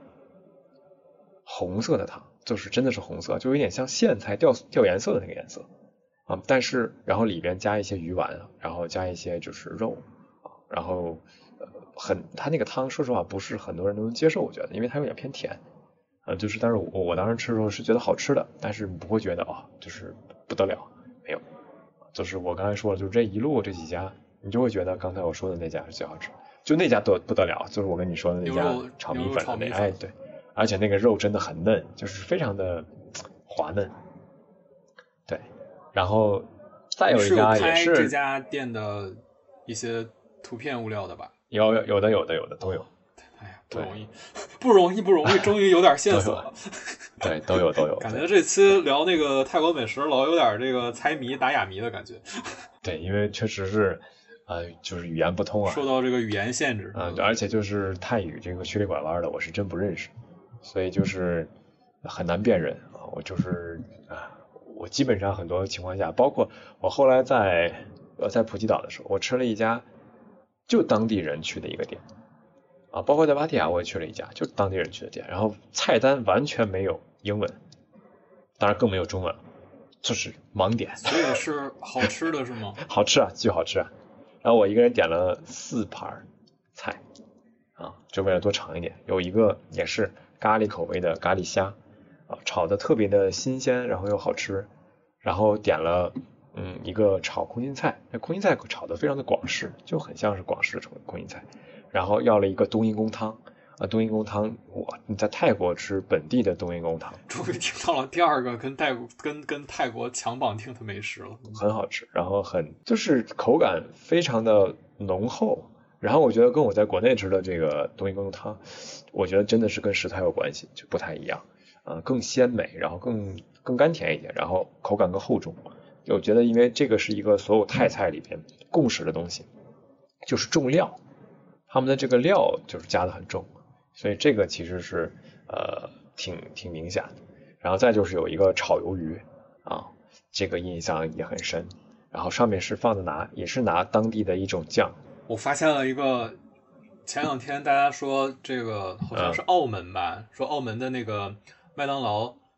就是真的是红色，就有点像苋菜掉颜色的那个颜色但是然后里边加一些鱼丸，然后加一些就是肉然后它那个汤说实话不是很多人都能接受，我觉得因为它有点偏甜就是但是我当时吃的时候是觉得好吃的，但是不会觉得就是不得了，没有，就是我刚才说了，就是这一路这几家你就会觉得刚才我说的那家是最好吃，就那家不得了，就是我跟你说的那家炒米粉的那对，而且那个肉真的很嫩，就是非常的滑嫩，对，然后再有一家也是这家店的一些图片物料的吧？ 有的都有。 哎呀，不容易，终于有点线索了。 对，都有。 感觉这期聊那个泰国美食，老有点这个猜谜打哑谜的感觉。 对，因为确实是，就是语言不通受到这个语言限制。 而且就是泰语这个曲里拐弯的，我是真不认识，所以就是很难辨认我就是我基本上很多情况下，包括我后来在普吉岛的时候，我吃了一家就当地人去的一个店。包括在芭提雅我也去了一家，就当地人去的店，然后菜单完全没有英文，当然更没有中文，就是盲点。 所以是好吃的是吗？ 好吃巨好吃然后我一个人点了4盘菜就为了多尝一点。有一个也是咖喱口味的咖喱虾炒的特别的新鲜，然后又好吃。然后点了一个炒空心菜，那空心菜炒的非常的广式，就很像是广式的空心菜。然后要了一个冬阴功汤冬阴功汤你在泰国吃本地的冬阴功汤， 终于听到了第2个跟泰国强绑定的美食了， 很好吃，然后就是口感非常的浓厚。然后我觉得跟我在国内吃的这个冬阴功汤，我觉得真的是跟食材有关系，就不太一样更鲜美，然后更甘甜一点，然后口感更厚重。我觉得因为这个是一个所有泰菜里边共识的东西，就是重料，他们的这个料就是加的很重，所以这个其实是挺明显的。然后再就是有一个炒鱿鱼这个印象也很深，然后上面是放的也是拿当地的一种酱。 我发现了一个，前2天大家说这个好像是澳门吧，说澳门的那个麦当劳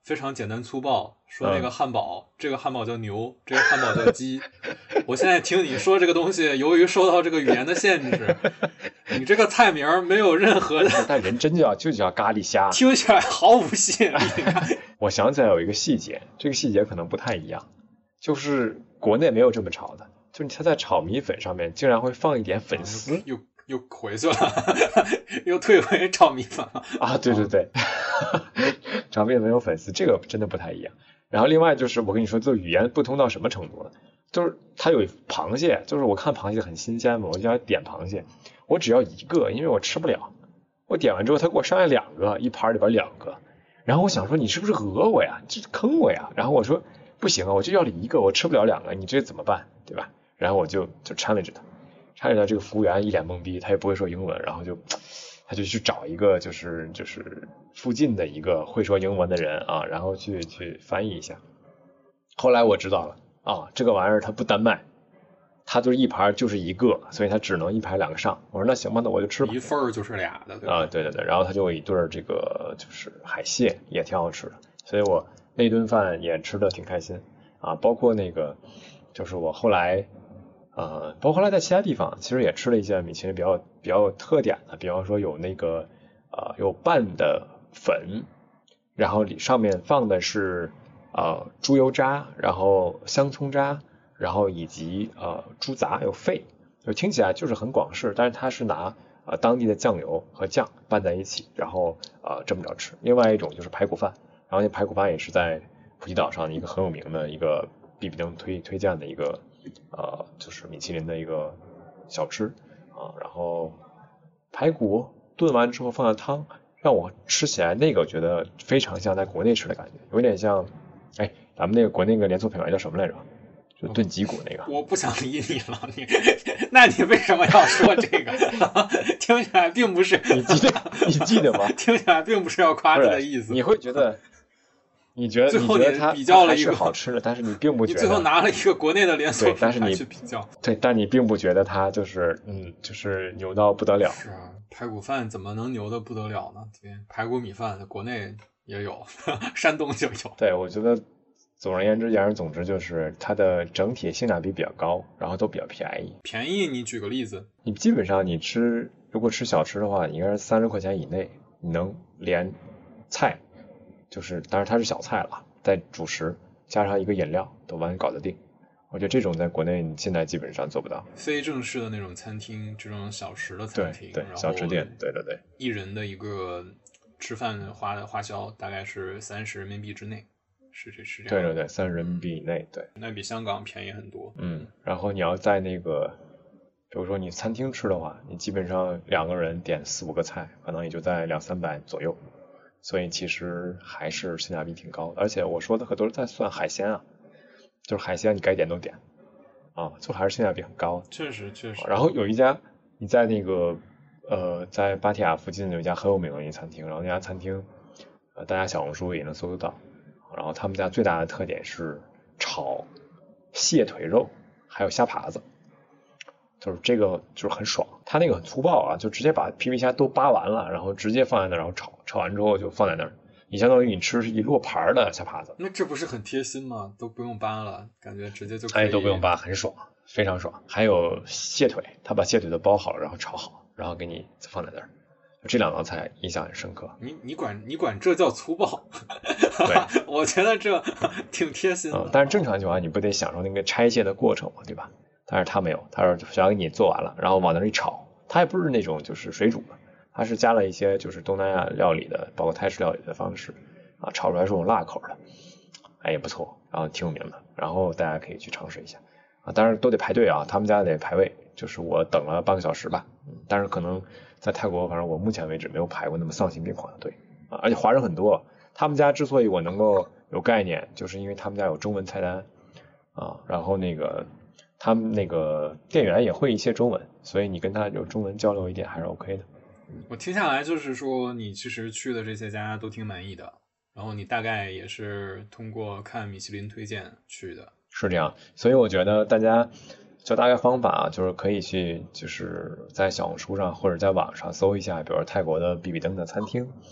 非常简单粗暴，说那个汉堡，这个汉堡叫牛，这个汉堡叫鸡。我现在听你说这个东西，由于受到这个语言的限制，你这个菜名没有任何的， 但人真就叫咖喱虾， 听起来毫无吸引力。 我想起来有一个细节，这个细节可能不太一样，就是国内没有这么炒的，就是他在炒米粉上面竟然会放一点粉丝， 又回去了，又退回炒米粉了啊！对对对，炒米粉有粉丝，这个真的不太一样。然后另外就是我跟你说，这语言不通到什么程度了？就是它有螃蟹，就是我看螃蟹很新鲜嘛，我就要点螃蟹，我只要一个，因为我吃不了。我点完之后，他给我上来2个，一盘里边2个。然后我想说，你是不是讹我呀？这坑我呀？然后我说不行啊，我就要了一个，我吃不了2个，你这怎么办？对吧？然后我就challenge他，这个服务员一脸懵逼，他也不会说英文，然后他就去找一个就是附近的一个会说英文的人啊，然后去翻译一下。后来我知道了啊，这个玩意儿它不单卖，它就是一盘就是一个，所以它只能一盘2个上。我说那行吧，那我就吃吧。 一份就是俩的，对吧？ 啊，对对对，然后他就有一对这个就是海蟹也挺好吃的，所以我那顿饭也吃的挺开心啊。包括那个就是我后来包括后来在其他地方其实也吃了一些米其林比较有特点的，比方说有那个有拌的粉，然后上面放的是猪油渣，然后香葱渣，然后以及猪杂有肺，就听起来就是很广式，但是它是拿当地的酱油和酱拌在一起，然后这么着吃。另外一种就是排骨饭，然后那排骨饭也是在普吉岛上一个很有名的一个必比登推荐的一个就是米其林的一个小吃啊。然后排骨炖完之后放在汤，让我吃起来那个我觉得非常像在国内吃的感觉，有点像咱们那个国内那个连锁品牌叫什么来着？就炖脊骨那个。 我不想理你了，那你为什么要说这个？听起来并不是你记得吗？ 听起来并不是要夸你的意思。 你会觉得，你觉得它比较了一个好吃的，但是你并不觉得。 你最后拿了一个国内的连锁品牌去比较。 对，但你并不觉得它就是牛到不得了。 是啊，排骨饭怎么能牛的不得了呢？对，排骨米饭国内也有，山东就有。 对，我觉得。总而言之，总之就是它的整体性价比比较高，然后都比较便宜。 便宜，你举个例子。 你基本上如果吃小吃的话，你应该是30块钱以内，你能连菜，就是当然它是小菜了，在主食加上一个饮料都完全搞得定。我觉得这种在国内你现在基本上做不到。 非正式的那种餐厅，这种小食的餐厅， 对，小吃店，对对对， 一人的一个吃饭花销大概是30人民币之内。是这样。 对对对，30人民币以内，对。 那比香港便宜很多。 然后你要在那个，比如说你餐厅吃的话，你基本上2个人点4、5个菜，可能也就在200-300左右，所以其实还是性价比挺高的。而且我说的可都是在算海鲜啊，就是海鲜你该点都点啊，就还是性价比很高。 确实。 然后有一家你在那个在芭提雅附近有一家很有名的一餐厅，然后那家餐厅大家小红书也能搜得到。然后他们家最大的特点是炒蟹腿肉，还有虾爬子，就是这个就是很爽。他那个很粗暴啊，就直接把皮皮虾都扒完了，然后直接放在那儿，然后炒完之后就放在那儿，你相当于你吃是一摞盘的虾爬子。 那这不是很贴心吗？都不用扒了，感觉直接就可以。 都不用扒，很爽，非常爽。还有蟹腿，他把蟹腿都包好，然后炒好，然后给你放在那儿。这2道菜印象很深刻。 你管这叫粗暴？ 对， 我觉得这挺贴心的。 但是正常情况下你不得享受那个拆卸的过程嘛，对吧？但是他没有，他说只要给你做完了，然后往那一炒。他也不是那种就是水煮的，他是加了一些就是东南亚料理的，包括泰式料理的方式啊，炒出来是种辣口的，也不错，然后挺有名的，然后大家可以去尝试一下啊。当然都得排队啊，他们家得排位，就是我等了半个小时吧，但是可能在泰国，反正我目前为止没有排过那么丧心病狂的队啊，而且华人很多。他们家之所以我能够有概念，就是因为他们家有中文菜单啊，然后他们那个店员也会一些中文，所以你跟他有中文交流一点还是 OK 的。 我听下来就是说，你其实去的这些家都挺满意的，然后你大概也是通过看米其林推荐去的。 是这样，所以我觉得大家就大概方法就是可以去就是在小红书上或者在网上搜一下，比如泰国的比比登的餐厅，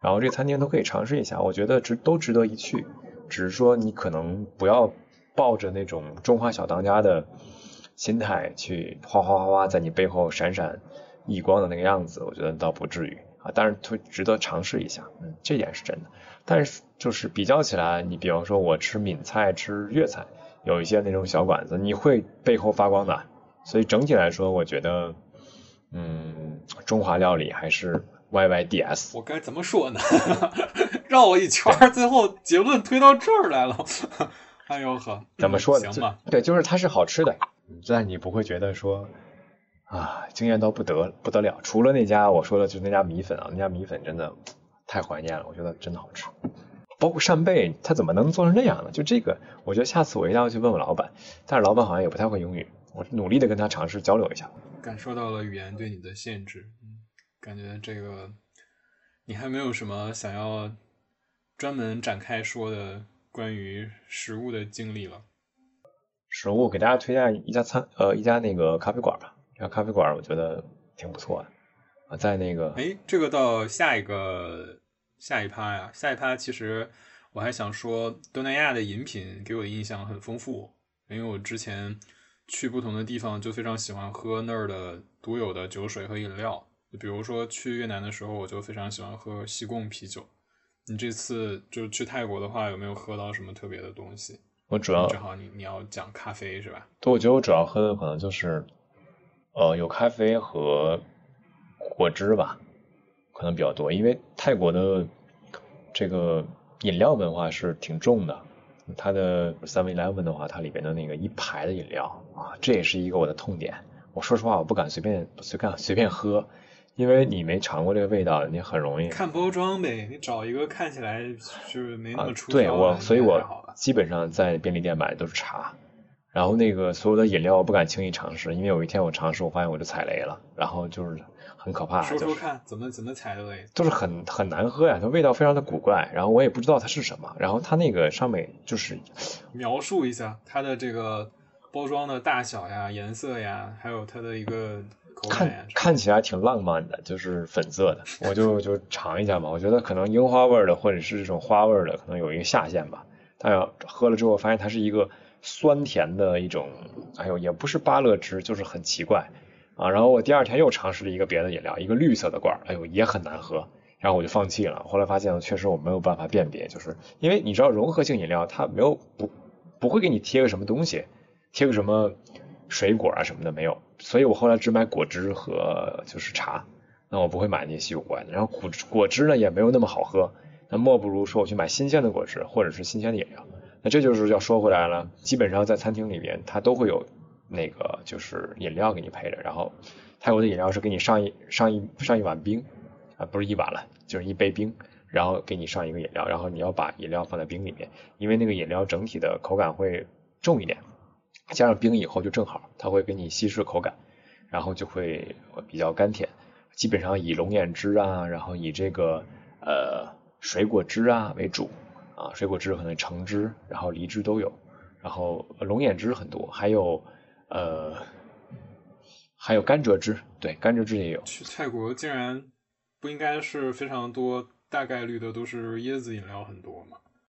然后这餐厅都可以尝试一下，我觉得都值得一去。只是说你可能不要抱着那种中华小当家的心态去哗哗哗哗在你背后闪闪异光的那个样子，我觉得倒不至于啊，但是会值得尝试一下，这点是真的。但是就是比较起来，你比方说我吃闽菜、吃粤菜，有一些那种小馆子，你会背后发光的。所以整体来说，我觉得，中华料理还是 YYDS。 我该怎么说呢？绕我一圈，最后结论推到这儿来了。哎呦呵， 怎么说呢？ 行吧， 对，就是它是好吃的，但你不会觉得说啊惊艳到不得了。除了那家我说的，就是那家米粉啊，那家米粉真的太怀念了，我觉得真的好吃。包括扇贝，它怎么能做成那样呢？就这个，我觉得下次我一定要去问问老板，但是老板好像也不太会英语，我努力的跟他尝试交流一下。 感受到了语言对你的限制，感觉这个你还没有什么想要专门展开说的关于食物的经历了。 食物给大家推荐一家那个咖啡馆吧，这家咖啡馆我觉得挺不错的啊，在那个这个到下一趴呀，下一趴其实我还想说，东南亚的饮品给我的印象很丰富，因为我之前去不同的地方就非常喜欢喝那儿的独有的酒水和饮料，比如说去越南的时候，我就非常喜欢喝西贡啤酒。你这次就去泰国的话，有没有喝到什么特别的东西？ 我主要正好你要讲咖啡是吧？ 对，我觉得我主要喝的可能就是有咖啡和果汁吧，可能比较多，因为泰国的这个饮料文化是挺重的。它的 7-Eleven 的话，它里边的那个一排的饮料啊，这也是一个我的痛点。我说实话，我不敢随便喝，因为你没尝过这个味道，你很容易看包装呗，你找一个看起来就是没那么出对挑的， 所以我基本上在便利店买的都是茶，然后那个所有的饮料我不敢轻易尝试，因为有一天我尝试，我发现我就踩雷了，然后就是很可怕。 说说看，怎么踩的雷？ 就是很难喝呀，它味道非常的古怪，然后我也不知道它是什么，然后它那个上面就是描述一下它的这个包装的大小呀、颜色呀，还有它的一个口感呀， 看起来挺浪漫的，就是粉色的，我就尝一下嘛，我觉得可能樱花味的或者是这种花味的可能有一个下限吧，但喝了之后发现它是一个酸甜的一种，哎呦也不是芭乐汁，就是很奇怪啊。然后我第二天又尝试了一个别的饮料，一个绿色的罐，哎呦也很难喝，然后我就放弃了。后来发现确实我没有办法辨别，就是因为你知道融合性饮料它没有不会给你贴个什么东西，贴个什么水果啊什么的没有，所以我后来只买果汁和就是茶，那我不会买那些稀有怪的。然后果汁呢也没有那么好喝，那莫不如说我去买新鲜的果汁或者是新鲜的饮料。那这就是要说回来了，基本上在餐厅里边它都会有那个就是饮料给你配着，然后泰国的饮料是给你上一碗冰啊，不是一碗了，就是一杯冰，然后给你上一个饮料，然后你要把饮料放在冰里面，因为那个饮料整体的口感会重一点，加上冰以后就正好，它会给你稀释口感，然后就会比较甘甜。基本上以龙眼汁啊，然后以这个水果汁啊为主啊，水果汁可能橙汁，然后梨汁都有，然后龙眼汁很多，还有甘蔗汁，对，甘蔗汁也有。 去泰国竟然不应该是非常多，大概率的都是椰子饮料很多吗？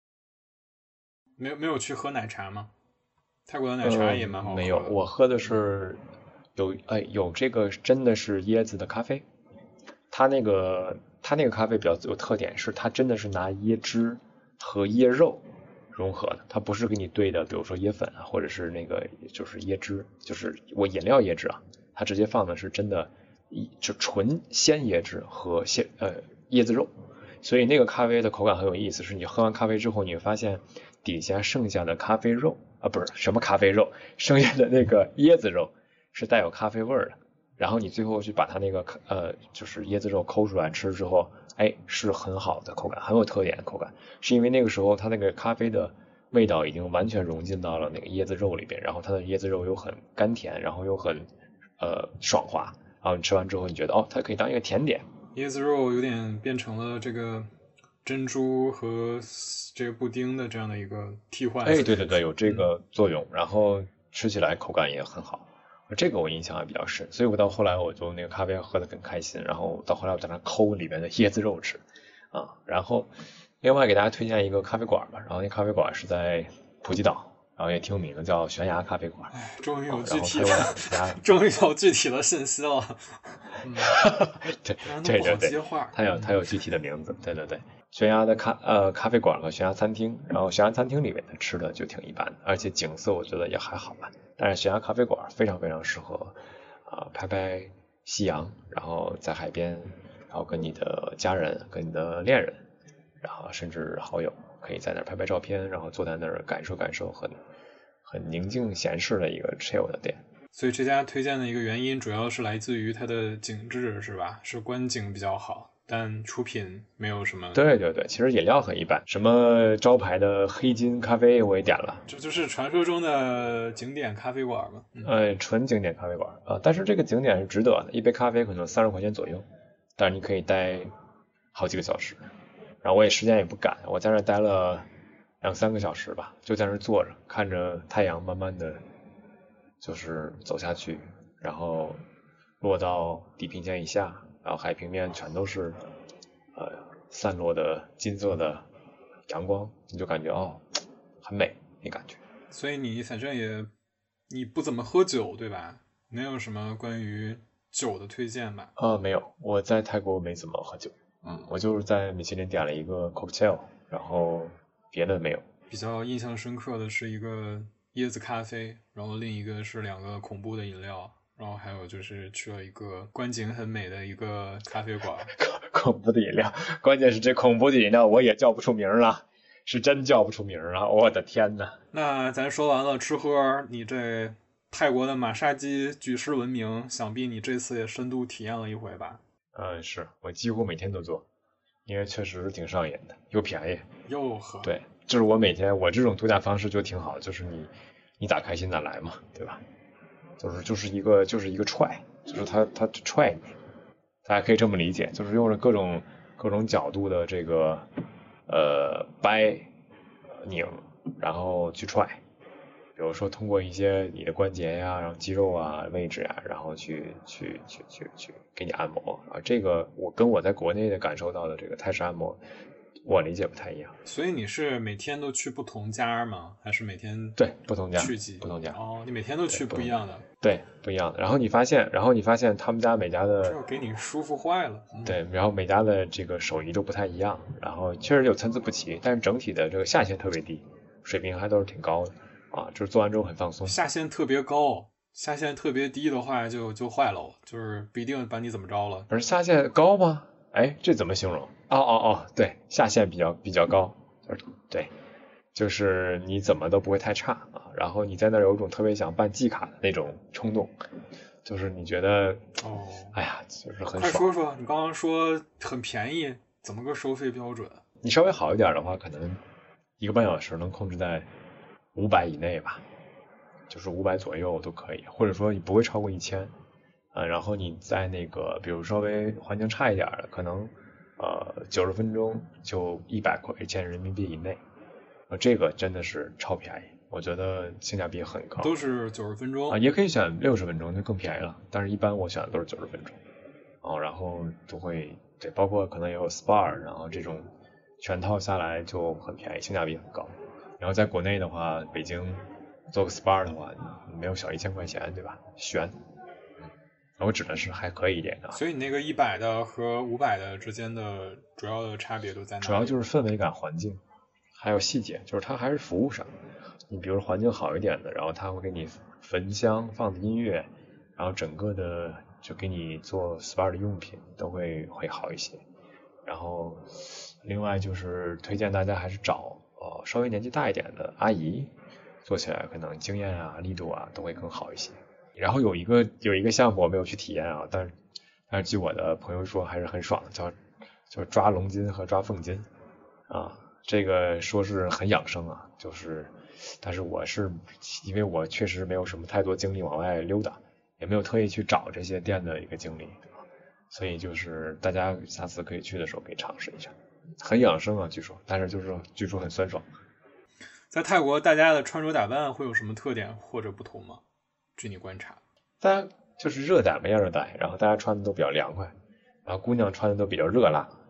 没有去喝奶茶吗？泰国的奶茶也蛮好喝的。 没有，我喝的是有这个真的是椰子的咖啡，它那个咖啡比较有特点，是它真的是拿椰汁和椰肉融合的，它不是给你兑的，比如说椰粉啊，或者是那个就是椰汁，就是我饮料椰汁啊，它直接放的是真的就纯鲜椰汁和椰子肉，所以那个咖啡的口感很有意思，是你喝完咖啡之后，你会发现底下剩下的咖啡肉啊，不是什么咖啡肉，剩下的那个椰子肉是带有咖啡味儿的。然后你最后去把它那个就是椰子肉抠出来吃之后，哎，是很好的口感，很有特点的口感，是因为那个时候它那个咖啡的味道已经完全融进到了那个椰子肉里边，然后它的椰子肉又很甘甜，然后又很爽滑，然后你吃完之后你觉得哦，它可以当一个甜点。 椰子肉有点变成了这个珍珠和这个布丁的这样的一个替换。 哎，对对对，有这个作用，然后吃起来口感也很好。这个我印象还比较深，所以我到后来我就那个咖啡喝得更开心，然后到后来我在那抠里面的椰子肉吃， 啊。然后另外给大家推荐一个咖啡馆吧，然后那咖啡馆是在普吉岛，然后也挺有名的，叫悬崖咖啡馆。 终于有具然后体的， 它有两家， 终于有具体的信息了。 对不然都不好对对对， 接话。 它有具体的名字，对对对。悬崖的咖啡馆和悬崖餐厅，然后悬崖餐厅里面的吃的就挺一般的，而且景色我觉得也还好吧。但是悬崖咖啡馆非常非常适合拍拍夕阳，然后在海边，然后跟你的家人、跟你的恋人，然后甚至好友，可以在那儿拍拍照片，然后坐在那儿感受感受很宁静闲适的一个 chill 的店。 所以这家推荐的一个原因，主要是来自于它的景致，是吧？是观景比较好，但出品没有什么。 对对对，其实饮料很一般，什么招牌的黑金咖啡我也点了， 这就是传说中的景点咖啡馆嘛。 纯景点咖啡馆啊，但是这个景点是值得的，一杯咖啡可能30块钱左右，但是你可以待好几个小时，然后我也时间也不赶，我在那儿待了2、3个小时吧，就在那儿坐着，看着太阳慢慢的就是走下去，然后落到地平线以下，然后海平面全都是散落的金色的阳光，你就感觉很美，那感觉。 所以你反正你不怎么喝酒，对吧？没有什么关于酒的推荐吧？ 没有，我在泰国没怎么喝酒，我就是在米其林点了一个 cocktail，然后别的没有。 比较印象深刻的是一个椰子咖啡，然后另一个是2个恐怖的饮料，然后还有就是去了一个观景很美的一个咖啡馆。 恐怖的饮料，关键是这恐怖的饮料我也叫不出名了，是真叫不出名啊！我的天哪！ 那咱说完了吃喝，你这泰国的马杀鸡举世闻名，想必你这次也深度体验了一回吧？ 是我几乎每天都做，因为确实是挺上瘾的，又便宜。 又喝。 对，就是我每天我这种度假方式就挺好，就是你咋开心咋来嘛，对吧？就是一个踹，就是它踹你，大家可以这么理解，就是用了各种角度的这个掰拧，然后去踹，比如说通过一些你的关节呀，然后肌肉啊位置啊，然后去给你按摩啊。这个我在国内的感受到的这个泰式按摩，我理解不太一样。 所以你是每天都去不同家吗？还是每天对，不同家， 去几？ 不同家。 哦，你每天都去不一样的。 对，不一样的。然后你发现他们家每家的， 这要给你舒服坏了。 对，然后每家的这个手艺都不太一样，然后确实有参差不齐，但是整体的这个下限特别低，水平还都是挺高的啊，就是做完之后很放松。 下限特别高，下限特别低的话就坏了，就是不一定把你怎么着了。 不是下限高吗？哎，这怎么形容？对，下限比较高，对，就是你怎么都不会太差啊，然后你在那儿有一种特别想办季卡的那种冲动，就是你觉得哎呀，就是很爽。 快说说，你刚刚说很便宜，怎么个收费标准？ 你稍微好一点的话，可能1个半小时能控制在500以内吧，就是500左右都可以，或者说你不会超过1000。然后你在那个，比如稍微环境差一点的，可能90分钟就100人民币以内，这个真的是超便宜，我觉得性价比很高。 都是90分钟啊，也可以选60分钟，就更便宜了。但是一般我选的都是90分钟，然后都会对，包括可能也有 SPA， 然后这种全套下来就很便宜，性价比很高。然后在国内的话，北京做个 SPA 的话，没有小1000块钱，对吧？悬。我指的是还可以一点的。 所以你那个100的和500的之间的主要的差别都在哪里？ 主要就是氛围感、环境，还有细节，就是它还是服务上。你比如环境好一点的，然后他会给你焚香、放的音乐，然后整个的就给你做 SPA 的用品都会好一些。然后另外就是推荐大家还是找稍微年纪大一点的阿姨，做起来可能经验啊、力度啊都会更好一些。然后有一个项目我没有去体验啊，但是据我的朋友说还是很爽的，叫抓龙筋和抓凤筋啊，这个说是很养生啊，但是我是因为我确实没有什么太多精力往外溜达，也没有特意去找这些店的一个经历，所以就是大家下次可以去的时候可以尝试一下，很养生啊，据说，但是就是据说很酸爽。 在泰国大家的穿着打扮会有什么特点或者不同吗？据你观察， 大家就是热带嘛，亚热带，然后大家穿的都比较凉快，然后姑娘穿的都比较热辣，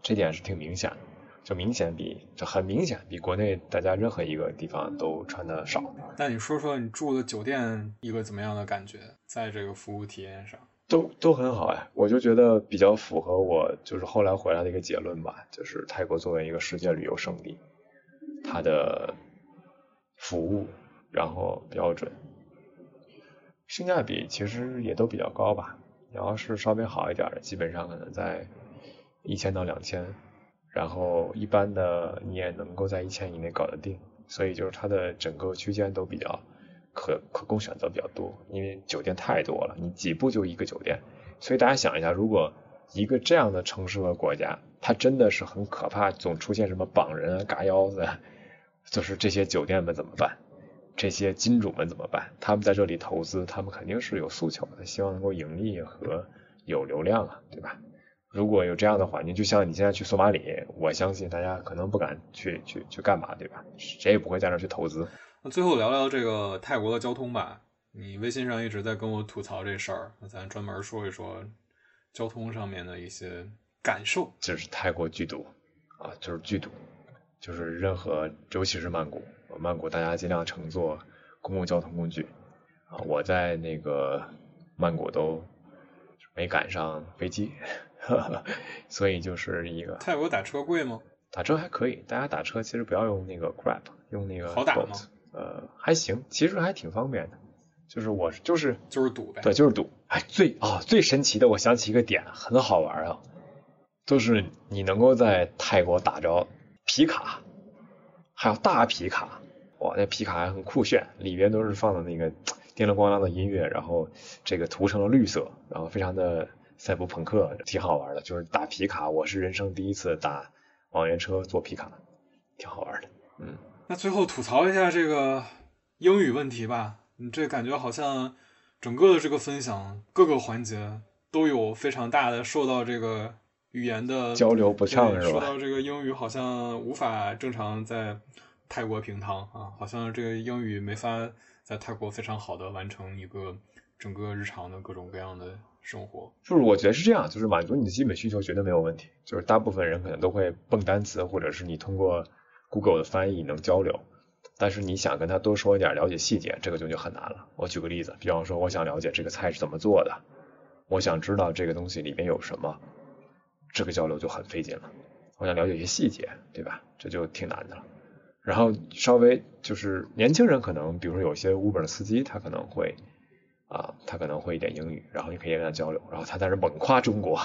这点是挺明显的，就很明显比国内大家任何一个地方都穿的少。 那你说说你住的酒店一个怎么样的感觉，在这个服务体验上？ 都很好哎，我就觉得比较符合我就是后来回来的一个结论吧，就是泰国作为一个世界旅游胜地，它的服务然后标准性价比其实也都比较高吧。你要是稍微好一点的，基本上可能在1000到2000，然后一般的你也能够在1000以内搞得定。所以就是它的整个区间都比较可供选择比较多，因为酒店太多了，你几步就一个酒店。所以大家想一下，如果一个这样的城市和国家，它真的是很可怕，总出现什么绑人啊、嘎腰子，就是这些酒店们怎么办？这些金主们怎么办？他们在这里投资，他们肯定是有诉求的，希望能够盈利和有流量啊，对吧？如果有这样的环境，就像你现在去索马里，我相信大家可能不敢去干嘛，对吧？谁也不会在那儿去投资。 那最后聊聊这个泰国的交通吧。你微信上一直在跟我吐槽这事儿，那咱专门说一说交通上面的一些感受。 就是泰国巨堵啊，就是巨堵，就是尤其是曼谷大家尽量乘坐公共交通工具啊。我在那个曼谷都没赶上飞机，所以就是一个。 泰国打车贵吗？ 打车还可以，大家打车其实不要用那个 Grab， 用那个 Bolt， 好打吗？ 还行，其实还挺方便的。就是堵呗。 对，就是堵。哎，最神奇的，我想起一个点，很好玩啊，就是你能够在泰国打着皮卡，还有大皮卡，哇，那皮卡还很酷炫，里边都是放的那个叮铃咣啷的音乐，然后这个涂成了绿色，然后非常的赛博朋克，挺好玩的。就是打皮卡，我是人生第一次打网约车坐皮卡，挺好玩的。 那最后吐槽一下这个英语问题吧。你这感觉好像整个的这个分享各个环节都有非常大的受到这个语言的交流不畅是吧？ 说到这个英语好像无法正常在泰国平躺啊，好像这个英语没法在泰国非常好的完成一个整个日常的各种各样的生活。 就是我觉得是这样，就是满足你的基本需求绝对没有问题，就是大部分人可能都会蹦单词，或者是你通过 Google 的翻译能交流。但是你想跟他多说一点，了解细节，这个就很难了。我举个例子，比方说我想了解这个菜是怎么做的，我想知道这个东西里面有什么，这个交流就很费劲了。我想了解一些细节，对吧？这就挺难的了。然后稍微就是年轻人可能，比如说有些 Uber 的司机，他可能会一点英语，然后你可以跟他交流，然后他在这猛夸中国，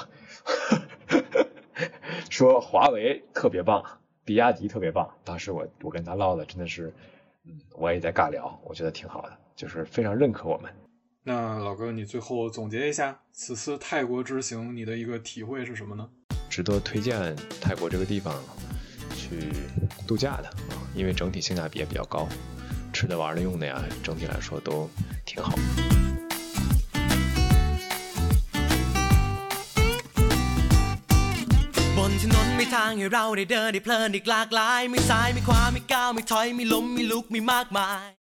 说华为特别棒。比亚迪特别棒，当时我跟他唠的真的是，我也在尬聊，我觉得挺好的，就是非常认可我们。 那老哥，你最后总结一下此次泰国之行你的一个体会是什么呢？ 值得推荐泰国这个地方去度假的啊，因为整体性价比也比较高，吃的玩的用的呀，整体来说都挺好。 บนถนนมีทางให้เราได้เดินได้เพลินอีกหลากหลายไม่ซ้ายไม่ขวาไม่ก้าวไม่ถอยไม่ล้มไม่ลุกมีมากมาย